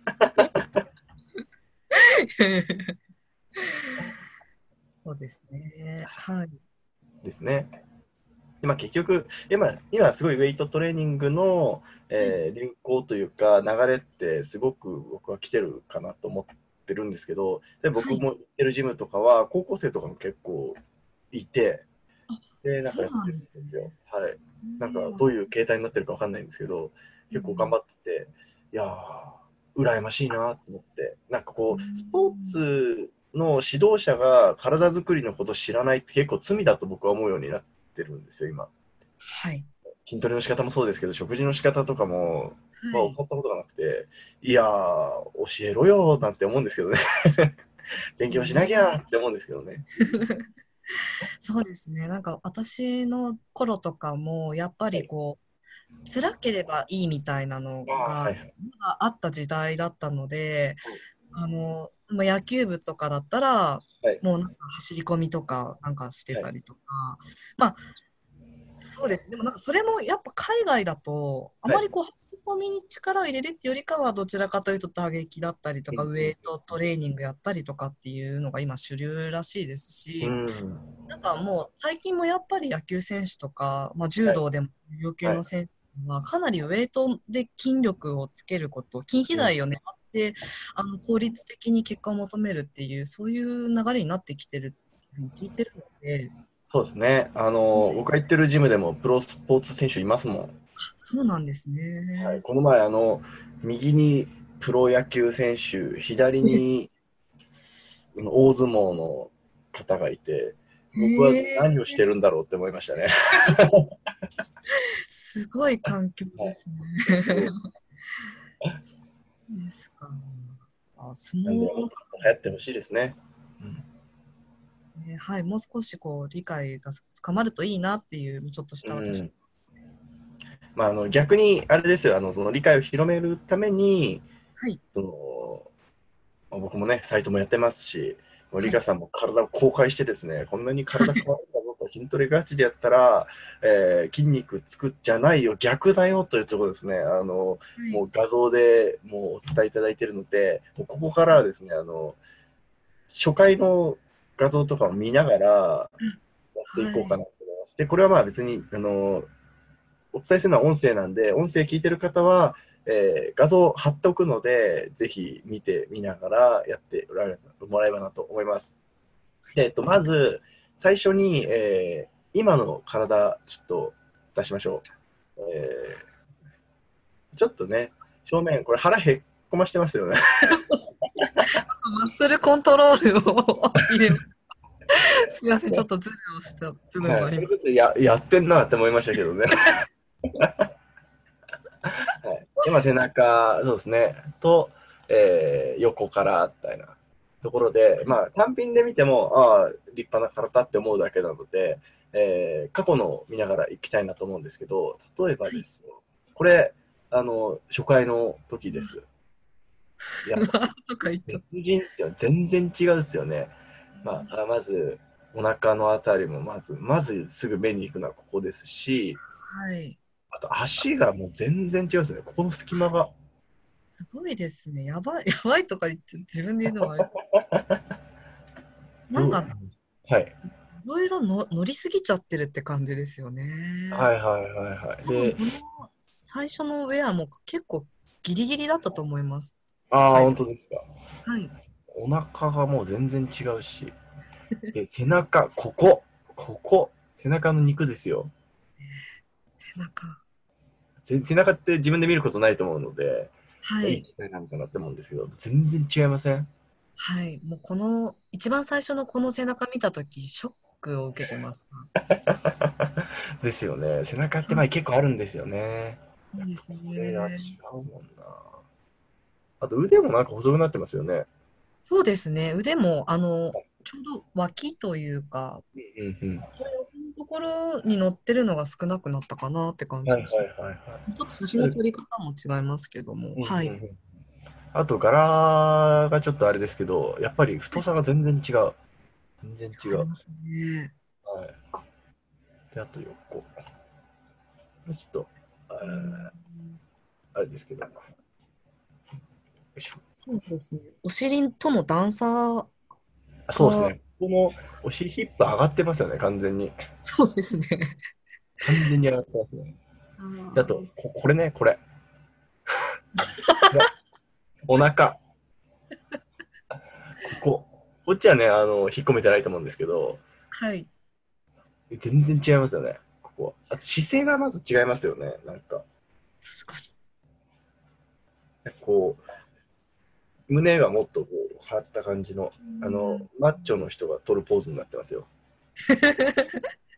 そうですね。はい。 ですね。今結局、今、今すごいウェイトトレーニングの、 はい。 えー流行というか流れってすごく僕は来てるかなと思ってるんですけど、で僕はい。 も行ってるジムとかは高校生とかも結構いて、 あ、 で、なんそうかやってるんなんですね。 ですよ。はい。 うなんかん。 どういう形態になってるかわかんないんですけど、結構頑うん。 張ってて、いやー、羨ましいなと思って、なんかうこう、スポーん。 ツの指導者が体作りのこと知らないって結構罪だと僕は思うようになってるんですよ、今。 はい。 筋トレの仕方もそうですけど、食事の仕方とかも、まあ、 はい。 教わったことがなくて、いやー、教えろよなんて思うんですけどね。勉強しなきゃね。 って思うんですけどね。 そうですね。なんか私の頃とかも、やっぱはい。 りこう、辛ければいいみたいなのああ、はが、 いはい。 まだあった時代だったので、 はい。 あの、まあ、野球部とかだったら、 はい。 もうなんか走り込みとかなんかしてはい。 たりとか、まあ、そうです。でもなんかそれもやっぱ海外だと、あはい。 まりこう、走り込みに力を入れるっていうよりかは、どちらかというと打撃だったりとか、 うんウェイトトレーニングやったりとかっていうのが今主流らしいですうん。 し、 うん。 なんかもう最近もやっぱり野球選手とか、まあ、柔はい。 道でも有級はい。 の選手はかなりウェイトで筋力をつけること、筋肥うん。 大を狙ってあの効率的に結果を求めるっていう、そういう流れになってきてるっていうふうに聞いてるので、 そうですね。あの、僕が行ってるジムでもプロスポーツ選手いますもん。 そうなんですはい。 ね。 この前、あの、右にプロ野球選手、左に大相撲の方がいて、僕はへえ、 何をしてるんだろうって思いましたね。 すごい環境はい。 ですね。 すごい。 そうですか。あ、相なんで、 撲のもっと流行ってほしいですね。うん。 ね、はい、もう少しこう理解が深まるといいなっていう、ちょっとした私。 うん。まあ、あの逆に、あれですよ、あのその理解を広めるために、 はい、 そのまあ僕もね、サイトもやってますし、もうリはい、 カさんも体を公開してですね、こんなに体変わるんだぞと、筋トレガチでやったら、えー筋肉つくじゃないよ、逆だよというところですね、あのはい、 もう画像でもうお伝えいただいているので、もうここからはですね、あの初回の画像とかを見ながらやっていはい。 こうかなと思います。で、これはまあ別に、あのお伝えするのは音声なんで、音声聞いてる方は、えー画像貼っておくので、ぜひ見てみながらやってもらえればなと思います。で、えっと、まず、最初に、えー今の体、ちょっと出しましょう。えーちょっとね、正面、これ腹へっこましてますよね。 マッスルコントロールを入れます。すみません、ちょっとズルをした部分はい。 もあります。 これちょっとややってんなって思いましたけどね。はい、今、背中、そうですね、と、えー横からみたいなところで、まあ、単品で見ても、ああ、立派な体って思うだけなので、えー過去のを見ながら行きたいなと思うんですけど、例えばはい。 ですよ、これ、あの、初回の時です。いや、 とか言っちゃっ別人ですよ。全然違うですよね。まあ、まず、お腹のあたりも、まず、まずすぐ目に行くのはここですし、 た。はい。 あと足がもう全然違うんですよね。ここの隙間が。 すごいですね。やばい、やばいとか言って自分で言うのもあれ。なんどうか、 はい。 いろいろの乗りすぎちゃってるって感じですよね。 はいはいはいはい。で、 多分この最初のウェアも結構ギリギリだったと思います。 ああ、 サイズ。 本当ですか。 はい。 お腹がもう全然違うし。で、背中、ここ、ここ、背中の肉ですよ。 背中。 ぜ背中って自分で見ることないと思うので、まあ、いいはい。 機会なのかなって思うんですけど、全然違いません？ はい。もうこの、一番最初のこの背中見たとき、ショックを受けてました。 ですよね。背中ってはい。 まあ結構あるんですよね。 そうですこれは違ね。 うもんな。あと腕もなんか細くなってますよね。 そうですね。腕も、あの、ちょうど脇というか、 うんうん。 この横のところに乗ってるのが少なくなったかなって感はいはいじがします。 はいはい。 ちょっと写真の撮り方も違いますけども、 うんうんはい。 うん。あと柄がちょっとあれですけど、やっぱり太さが全然違う。全然違う。 ありますね。 はい。で、あと横。ちょっと、えうん、 ーあれですけど。よいしょ。 そうですね。お尻との段差が、 あ、そうですね。ここもお尻ヒップ上がってますよね、完全に。 そうですね。 完全に上がってますね。 あで、あと、 ー、 こ、これね、これ。これお腹。ここ。こっちはね、あの、引っ込めてないと思うんですけど、 はい。 全然違いますよね。ここは。あと姿勢がまず違いますよね。なんか、 確かこう、胸がもっとこう、張った感じの、あの、 に。 マッチョの人が取るポーズになってますよ。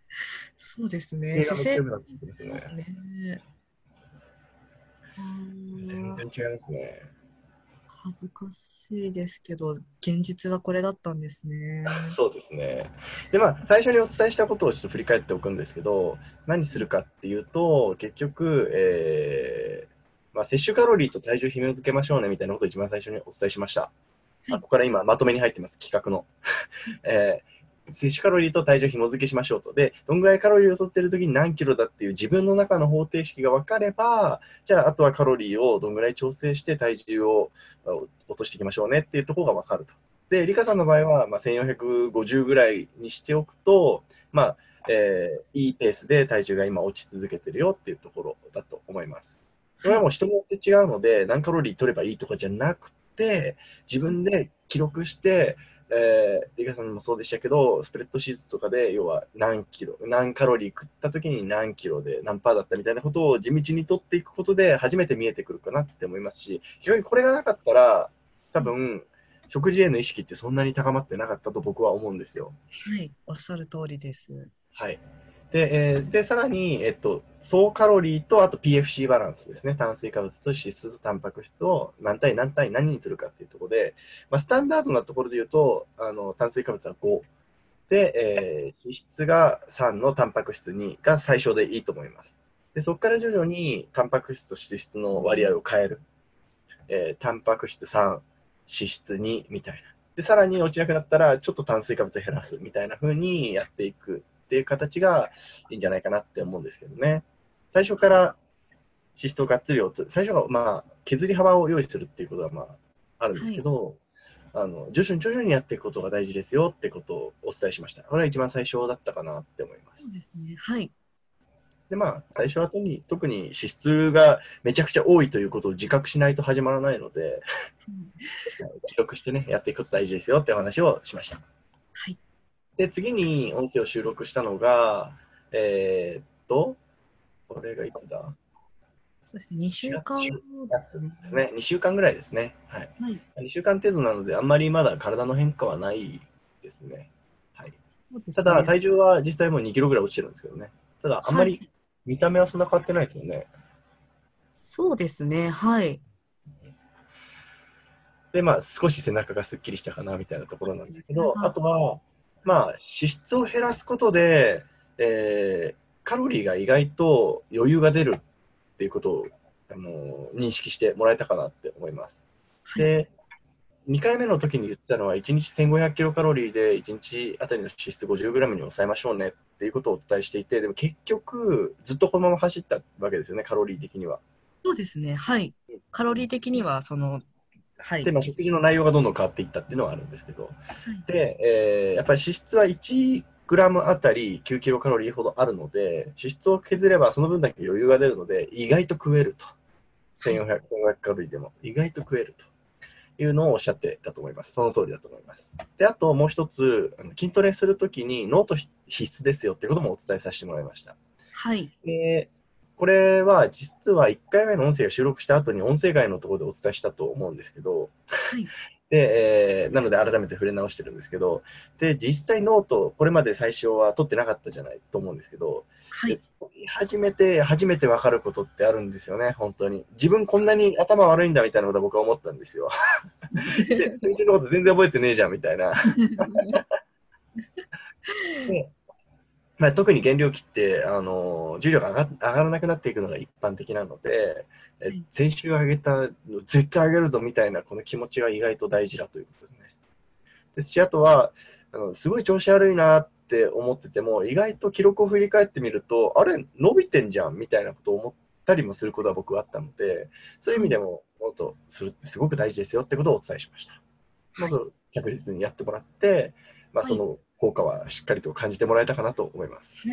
そうですね。 映画めっちゃ姿勢良くなってきてますね。 ですね。あ全然ー違いますね。 恥ずかしいですけど、現実はこれだったんですね。 そうですね。で、まあ、最初にお伝えしたことをちょっと振り返っておくんですけど、何するかっていうと、結局、えーまあ、摂取カロリーと体重紐付けましょうねみたいなことを一番最初にお伝えしました。あ、 はい。 ここから今まとめに入ってます、企画の。えー摂取カロリーと体重紐付けしましょうと。で、どんぐらいカロリーを取ってる時に何キロだっていう自分の中の方程式が分かれば、じゃあ、あとはカロリーをどんぐらい調整して体重を落としていきましょうねっていうところが分かると。で、リカさんの場合は、まあ、せんよんひゃくごじゅうぐらいにしておくと、まあ、えーいいペースで体重が今落ち続けてるよっていうところだと思います。そはい。 れはもう人によって違うので、何カロリー取ればいいとかじゃなくて、自分で記録して、えー、リカさんもそうでしたけど、スプレッドシートとかで、要は何キロ、何カロリー食った時に何キロで何パーだったみたいなことを地道に取っていくことで初めて見えてくるかなって思いますし、非常にこれがなかったら、多分、食事への意識ってそんなに高まってなかったと僕は思うんですよ。 はい。おっしゃる通りです。 はい。で、えーで、さらに、えっと、総カロリーと、あと ピーエフシー バランスですね。炭水化物と脂質とタンパク質を何対何対何にするかっていうところで、まあ、スタンダードなところで言うと、あの、炭水化物はごで、えー脂質がさんのタンパク質にが最小でいいと思います。で、そこから徐々にタンパク質と脂質の割合を変える。えータンパク質さん、脂質にみたいな。で、さらに落ちなくなったら、ちょっと炭水化物減らすみたいな風にやっていくっていう形がいいんじゃないかなって思うんですけどね。最初から脂質をがっつりを、最初はまあ削り幅を用意するっていうことはまああるんではい。 すけど、あの徐々に徐々にやっていくことが大事ですよってことをお伝えしました。これが一番最初だったかなって思いまそうす。 ですね。はい。 で、まあ、最初は特に特に脂質がめちゃくちゃ多いということを自覚しないと始まらないので、 うん。 記録してね、やっていくこと大事ですよってお話をしました。 はい。 で、次に音声を収録したのが、えーっと、これがいつだそうですね。2 ?し週間月後ですね。 ですね。にしゅうかんぐらいですね。はい。 はい。 にしゅうかん程度なので、あんまりまだ体の変化はないですね。はい。 そうでただ、 すね。 体重は実際もうにキロぐらい落ちてるんですけどね。ただ、あんまはい。 り見た目はそんな変わってないですよね。 そうですね。はい。 で、まあ、少し背中がすっきりしたかなみたいなところなんですけど、あ背中が、 とは、まあ、脂質を減らすことで、えーカロリーが意外と余裕が出るっていうことを、あの認識してもらえたかなって思います。 はい。 で、にかいめの時に言ったのは、いちにちせんごひゃくキロカロリーでいちにちあたりの脂質ごじゅうグラムに抑えましょうねっていうことをお伝えしていて、でも結局、ずっとこのまま走ったわけですよね、カロリー的には。 そうですね。はい。カロリー的には、その、はで、 い。 まあ、食事の内容がどんどん変わっていったっていうのはあるんですけど、 はい。 で、えーやっぱり脂質はいちグラムあたりきゅうキロカロリーほどあるので、脂質を削ればその分だけ余裕が出るので、意外と食えると。 はい。 せんよんひゃく、せんごひゃくカロリーでも意外と食えるというのをおっしゃってたと思います。その通りだと思います。で、あともう一つ、筋トレするときに脳と必須ですよっていうこともお伝えさせてもらいました。 はい。 で、これは実はいっかいめの音声が収録した後に音声外のところでお伝えしたと思うんですけど、 はい。 で、えーなので改めて触れ直してるんですけど、で、実際ノート、これまで最初は取ってなかったじゃないと思うんですけど、で、 はい。 取り始めて、初めて分かることってあるんですよね、本当に。自分こんなに頭悪いんだみたいなことは僕は思ったんですよ。で、先週のこと全然覚えてねえじゃんみたいな。で、まあ、特に減量期って、あの重量が上が上がらなくなっていくのが一般的なので、えはい。 先週上げたの絶対上げるぞみたいなこの気持ちが意外と大事だということですね。ですし、あとは、あのすごい調子悪いなって思ってても、意外と記録を振り返ってみると、あれ、伸びてんじゃんみたいなことを思ったりもすることは僕はあったので、そういう意はい。 味でも、もっとするってすごく大事ですよってことをお伝えしました。まはい。 ず、着実にやってもらって、まあ、 はい。 その効果はしっかりと感じてもらえたかなと思います。 はい。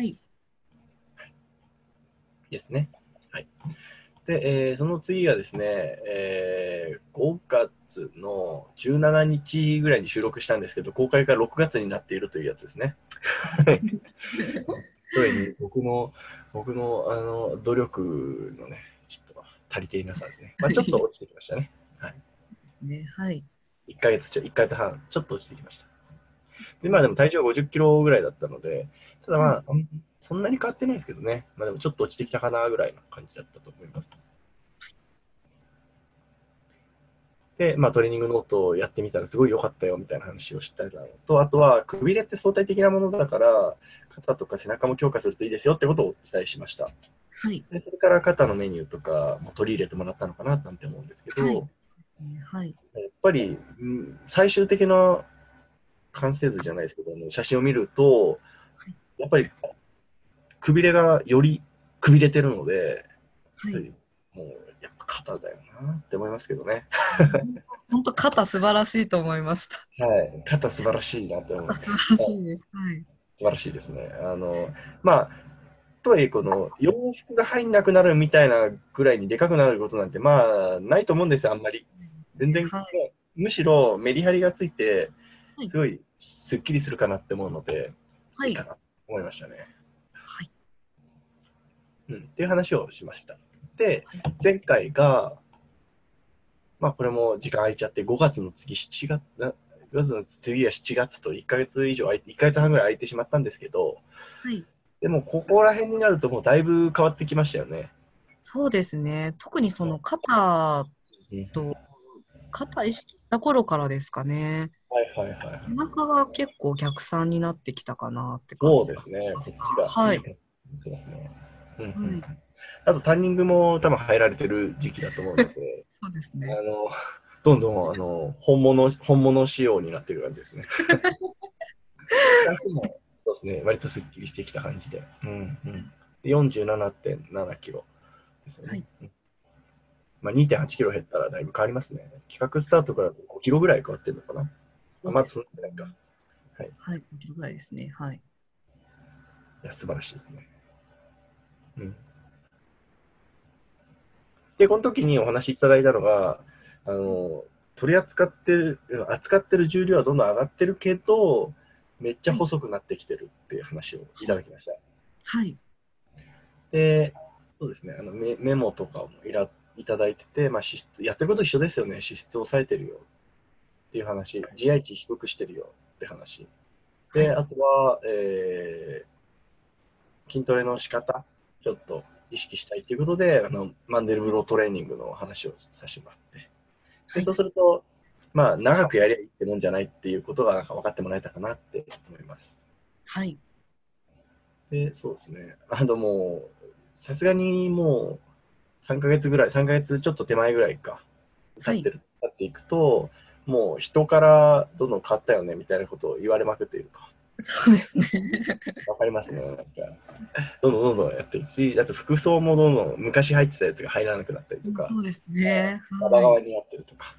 ですね。はい。で、えーその次がですね、えーごがつのじゅうしちにちぐらいに収録したんですけど、公開がろくがつになっているというやつですね。ひとえに僕の、僕の、あの、努力のね、ちょっと足りていなさですね。まあ、ちょっと落ちてきましたね。はい。 ね。はい。 いっかげつちょ、いっかげつはん、ちょっと落ちてきました。で、まあでね。 も体重はごじゅっキロぐらいだったので、ただはい。 まあ、 そんなに変わってないですけどね。まあでもちょっと落ちてきたかなぐらいの感じだったと思います。で、まあトレーニングノートをやってみたらすごい良かったよみたいな話をしたのと、あとはくびれって相対的なものだから、肩とか背中も強化するといいですよってことをお伝えしました。 はい。 でそれから肩のメニューとかも取り入れてもらったのかななんて思うんですけど、 はい。はい。 やっぱり、うん、最終的な完成図じゃないですけども、写真を見ると、 はい。 やっぱりくびれがよりくびれてるので、 はい。 もうやっぱ肩だよなって思いますけどね。 本当肩素晴らしいと思いました。 はい、肩素晴らしいなって思う。 肩素晴らしいです。はい。 素晴らしいですね。あの、まあ、とはいえ、この洋服が入んなくなるみたいなぐらいにでかくなることなんて、まあ、ないと思うんですよ、あんまり。全然、 はい。 むしろメリハリがついて、 はい。 すごいすっきりするかなって思うので、 はい。 いいかなと思いましたね。 はい。 うん、っていう話をしました。で、 はい。 前回が、まあ、これも時間空いちゃって、ごがつの次、しちがつ、ごがつの次はしちがつといっかげつ以上空いて、いっかげつはんぐらい空いてしまったんですけど、 はい。 でも、ここら辺になるともうだいぶ変わってきましたよね。 そうですね。特にその肩うん、 と、肩意識した頃からですかね。 はいはいはい。 背中が結構逆算になってきたかなって感じがしそうですね、 ました。 こっちがはい。 いい感じですね。うんうはい。 ん、あと、タンニングも多分入られてる時期だと思うので、 そうですあね。 のどんどんあの本物本物仕様になってる感じですね。足もそうですね、割とすっきりしてきた感じで。うんうん、よんじゅうななてんななキロですよね。 はい。 うん、まあ、にてんはちキロ減ったらだいぶ変わりますね。企画スタートからごキロぐらい変わってるのかな。あまずそそうです。 んなにか。はい。 はい。ごキロぐらいですね。はい。 いや、素晴らしいですね。うん。で、この時にお話しいただいたのが、あの、取り扱ってる、扱ってる重量はどんどん上がってるけど、めっちゃはい。 細くなってきてるっていう話をいはい。 ただきました。 はい。 で、そうですね、あのメメモとかもいらいただいてて、まあ、脂質、やってること一緒ですよね、脂質を抑えてるよっていう話、ジーアイ 値低くしてるよって話。で、 はい。 あとは、えー筋トレの仕方、ちょっと意識したいということで、あのマンデルブロートレーニングの話をさせてもらって、で、 はい。 そうすると、まあ、長くやりゃいいってもんじゃないっていうことがなんか分かってもらえたかなって思います。 はい。 で、そうですね。あの、もう、さすがにもう、さんかげつぐらい、さんかげつちょっと手前ぐらいか、経はい。 ってる、経っていくと、もう人からどんどん変わったよね、みたいなことを言われまくっていると。 そうですね。 わかりますね。なんか、どんどんどんどんやっていくし、あと服装もどんどん昔入ってたやつが入らなくなったりとか、 そうですね。 ガバはい。 ガバになってるとか、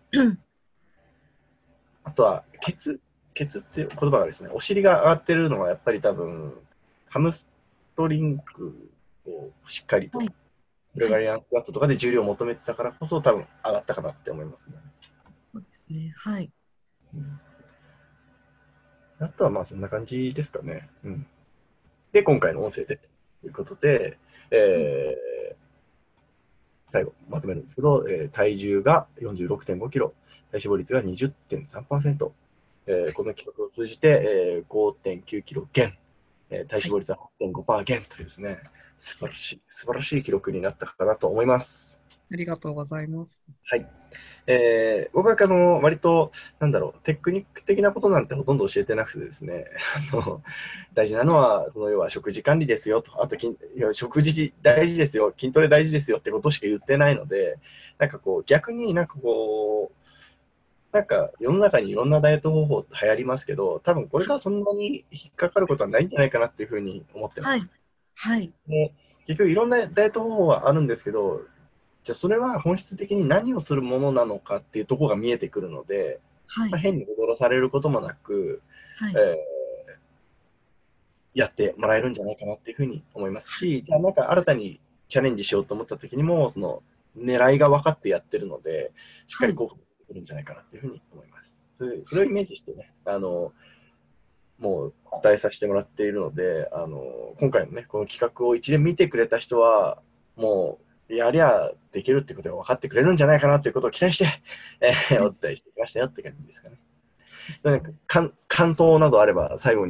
あとは、ケツ、ケツっていう言葉がですね、お尻が上がってるのはやっぱり多分、ハムストリングをしっかりと、 はい。 ブルはい。 ガリアンスクワットとかで重量を求めてたからこそ多分上がったかなって思いますね。 そうですね。はい。 うん、あとはまあそんな感じですかね。うん、で、今回の音声でということで、 はい。 えー、最後まとめるんですけど、えー、体重が よんじゅうろくてんごキロ、体脂肪率が にじゅってんさんパーセント、えー、この企画を通じて、えー、ごてんきゅうキロ減、えー、体脂肪率は はちてんごパーセント 減というですね、素晴らしい、素晴らしい記録になったかなと思います。 ありがとうございます。 はい。えー、僕はあの割と、なんだろう、テクニック的なことなんてほとんど教えてなくてですね、あの大事なのは、その要は食事管理ですよと、あと筋いや食事大事ですよ、筋トレ大事ですよってことしか言ってないので、なんかこう、逆になんかこう、なんか世の中にいろんなダイエット方法流行りますけど、多分これからそんなに引っかかることはないんじゃないかなっていうふうに思ってます。 はい。はい。 で、結局いろんなダイエット方法はあるんですけど、じゃあそれは本質的に何をするものなのかっていうところが見えてくるので、まあ、 はい。 変に踊らされることもなく、えはい。 ーやってもらえるんじゃないかなっていうふうに思いますし、じゃあなんか新たにチャレンジしようと思った時にも、その狙いが分かってやってるので、しっかはい。 り効果が出てくるんじゃないかなっていうふうに思います。それそれをイメージしてね、あの、もう伝えさせてもらっているので、あの、今回のね、この企画を一連見てくれた人は、もう、やりゃできるってことが分かってくれるんじゃないかなということを期待して、えー、お伝えしてきましたよって感じですかね。 そうですなんかね。 感感想などあれば、最後に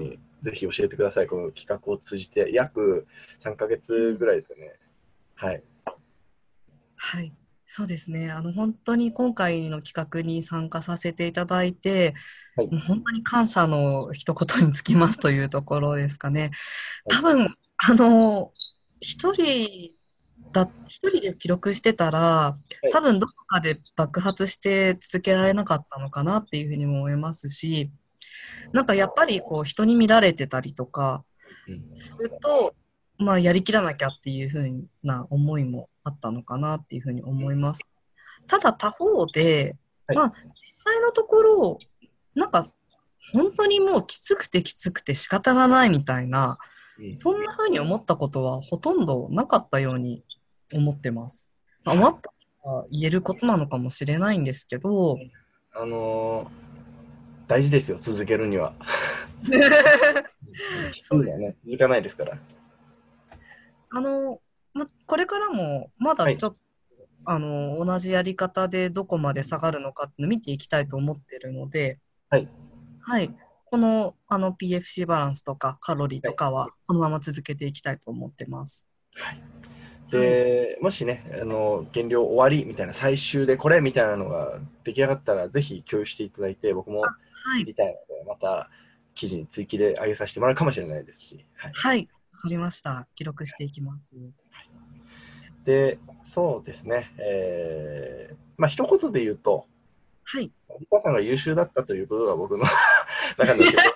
ぜひ教えてください。この企画を通じて約さんかげつぐらいですかね。はい。 はい。そうですね。あの、本当に今回の企画に参加させていただいて、 はい。 もう本当に感謝の一言につきますというところですかね。 はい。 多分、あの、一人だ、一人で記録してたら、 はい。 多分どこかで爆発して続けられなかったのかなっていうふうにも思いますし、なんかやっぱりこう人に見られてたりとかうん。 すると、まあやりきらなきゃっていうふうな思いもあったのかなっていうふうに思います。ただ他方で、 はい。 まあ実際のところ、なんか本当にもうきつくてきつくて仕方がないみたいな、 うん。 そんな風に思ったことはほとんどなかったように思ってます。まあ、 はい。 思ったと言えることなのかもしれないんですけど、 あのー大事ですよ、続けるには。あのきついそうです。 のはね、続かないですから。 あの、ま、これからもまだはい。 ちょっと、あの、同じやり方でどこまで下がるのかっていうのを見ていきたいと思ってるので、 はい。 はい。この、あの ピーエフシー バランスとかカロリーはい。 とかはこのまま続けていきたいと思ってます。 はい。 はい。 で、もしね、あの、減量終わりみたいな、最終でこれみたいなのが出来上がったら、ぜひ共有していただいて、僕もはい。 知りたいので、また記事に追記で上げさせてもらうかもしれないですし、はい。 はい。わかりました。記録していきます。 で、そうですね、えー、まあ、一言で言うと、 はい。 リカさんが優秀だったということが僕の中の結論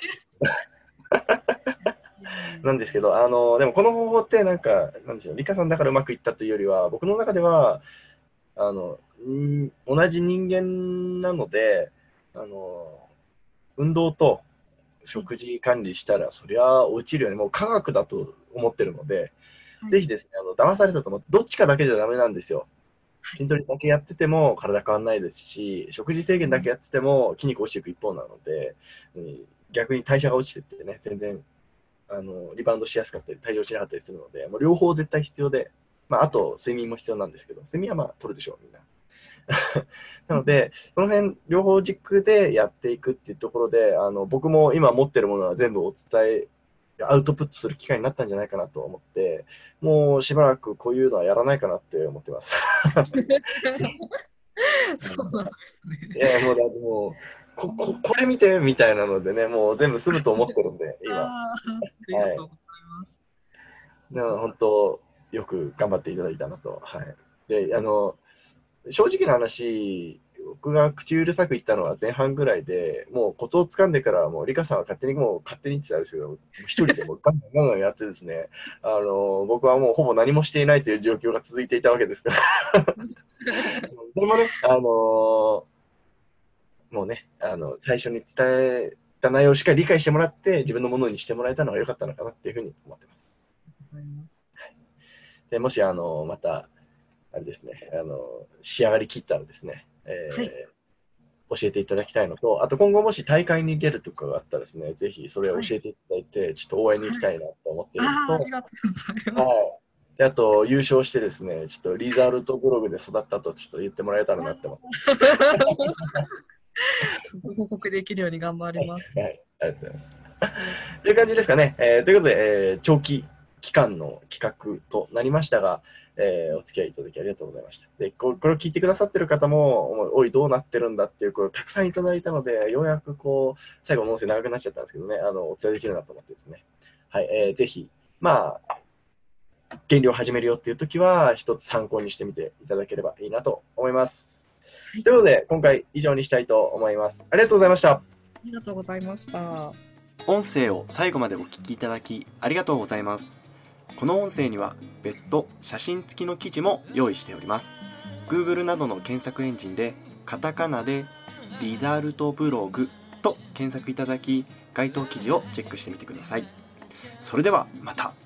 なんですけど、あの、でもこの方法ってなんか、なんでしょう、リカさんだからうまくいったというよりは、僕の中では、あの、ん同じ人間なので、あの、運動とはい。 食事管理したら、そりゃ落ちるよね。もう科学だと思ってるので、 はい。 ぜひですね、あの、騙されたと思って、どっちかだけじゃダメなんですよ。 はい。 筋トレだけやってても体変わらないですし、食事制限だけやってても筋肉落ちていく一方なので、うん、逆に代謝が落ちてってね、全然あのリバウンドしやすかったり、体重しなかったりするので、もう両方絶対必要で、まあ、あと睡眠も必要なんですけど、睡眠はまあ取るでしょう、みんな。なので、その辺、両方軸でやっていくっていうところで、あの僕も今持ってるものは全部お伝え、アウトプットする機会になったんじゃないかなと思って、もうしばらくこういうのはやらないかなって思ってます。 そうなんですね。 いや、もうだってもう、こ、こ、これ見てみたいなのでね、もう全部済むと思ってるんで、今。はああ、ありがとい。 うございます。 だから本当、よく頑張っていただいたなと。はい。で、あの、正直な話、僕が口うるさく言ったのは前半ぐらいで、もうコツをつかんでからはもうリカさんは勝手にもう勝手にって言ってたんですけど、一人でもうガンガンガンガンやってですね、あの、僕はもうほぼ何もしていないという状況が続いていたわけですから。それもね、あのもうね、あの、最初に伝えた内容をしっかり理解してもらって、自分のものにしてもらえたのが良かったのかなっていうふうに思ってます。 ございます。 で、もし、あの、また、あれですね、あの、仕上がりきったらですね、 はい。 えー、教えていただきたいのと、あと今後もし大会に出るとかがあったらですね、ぜひそれをはい。 教えていただいて、ちょっと応援に行きはい。 たいなと思っているのああ、あと、 りがとうございます。 はい。で、あと、優勝してですね、ちょっとリザルトブログで育ったとちょっと言ってもらえたらなって思って。 すごい報告できるように頑張ります。 はい、ありがとうございます。という感じですかね。えー、ということで、えー、長期期間の企画となりましたが、えー、お付き合いいただきありがとうございました。で、ここれを聞いてくださってる方も、おい、どうなってるんだっていう声をたくさんいただいたので、ようやくこう、最後の音声長くなっちゃったんですけどね、あの、お伝えできるなと思ってですね。はい、えー、ぜひ、まあ、減量始めるよっていう時は、一つ参考にしてみていただければいいなと思います。 はい。 ということで、今回以上にしたいと思います。ありがとうございました。 ありがとうございました。 音声を最後までお聞きいただきありがとうございます。この音声には別途写真付きの記事も用意しております。 Google などの検索エンジンでカタカナでリザルトブログと検索いただき、該当記事をチェックしてみてください。それではまた。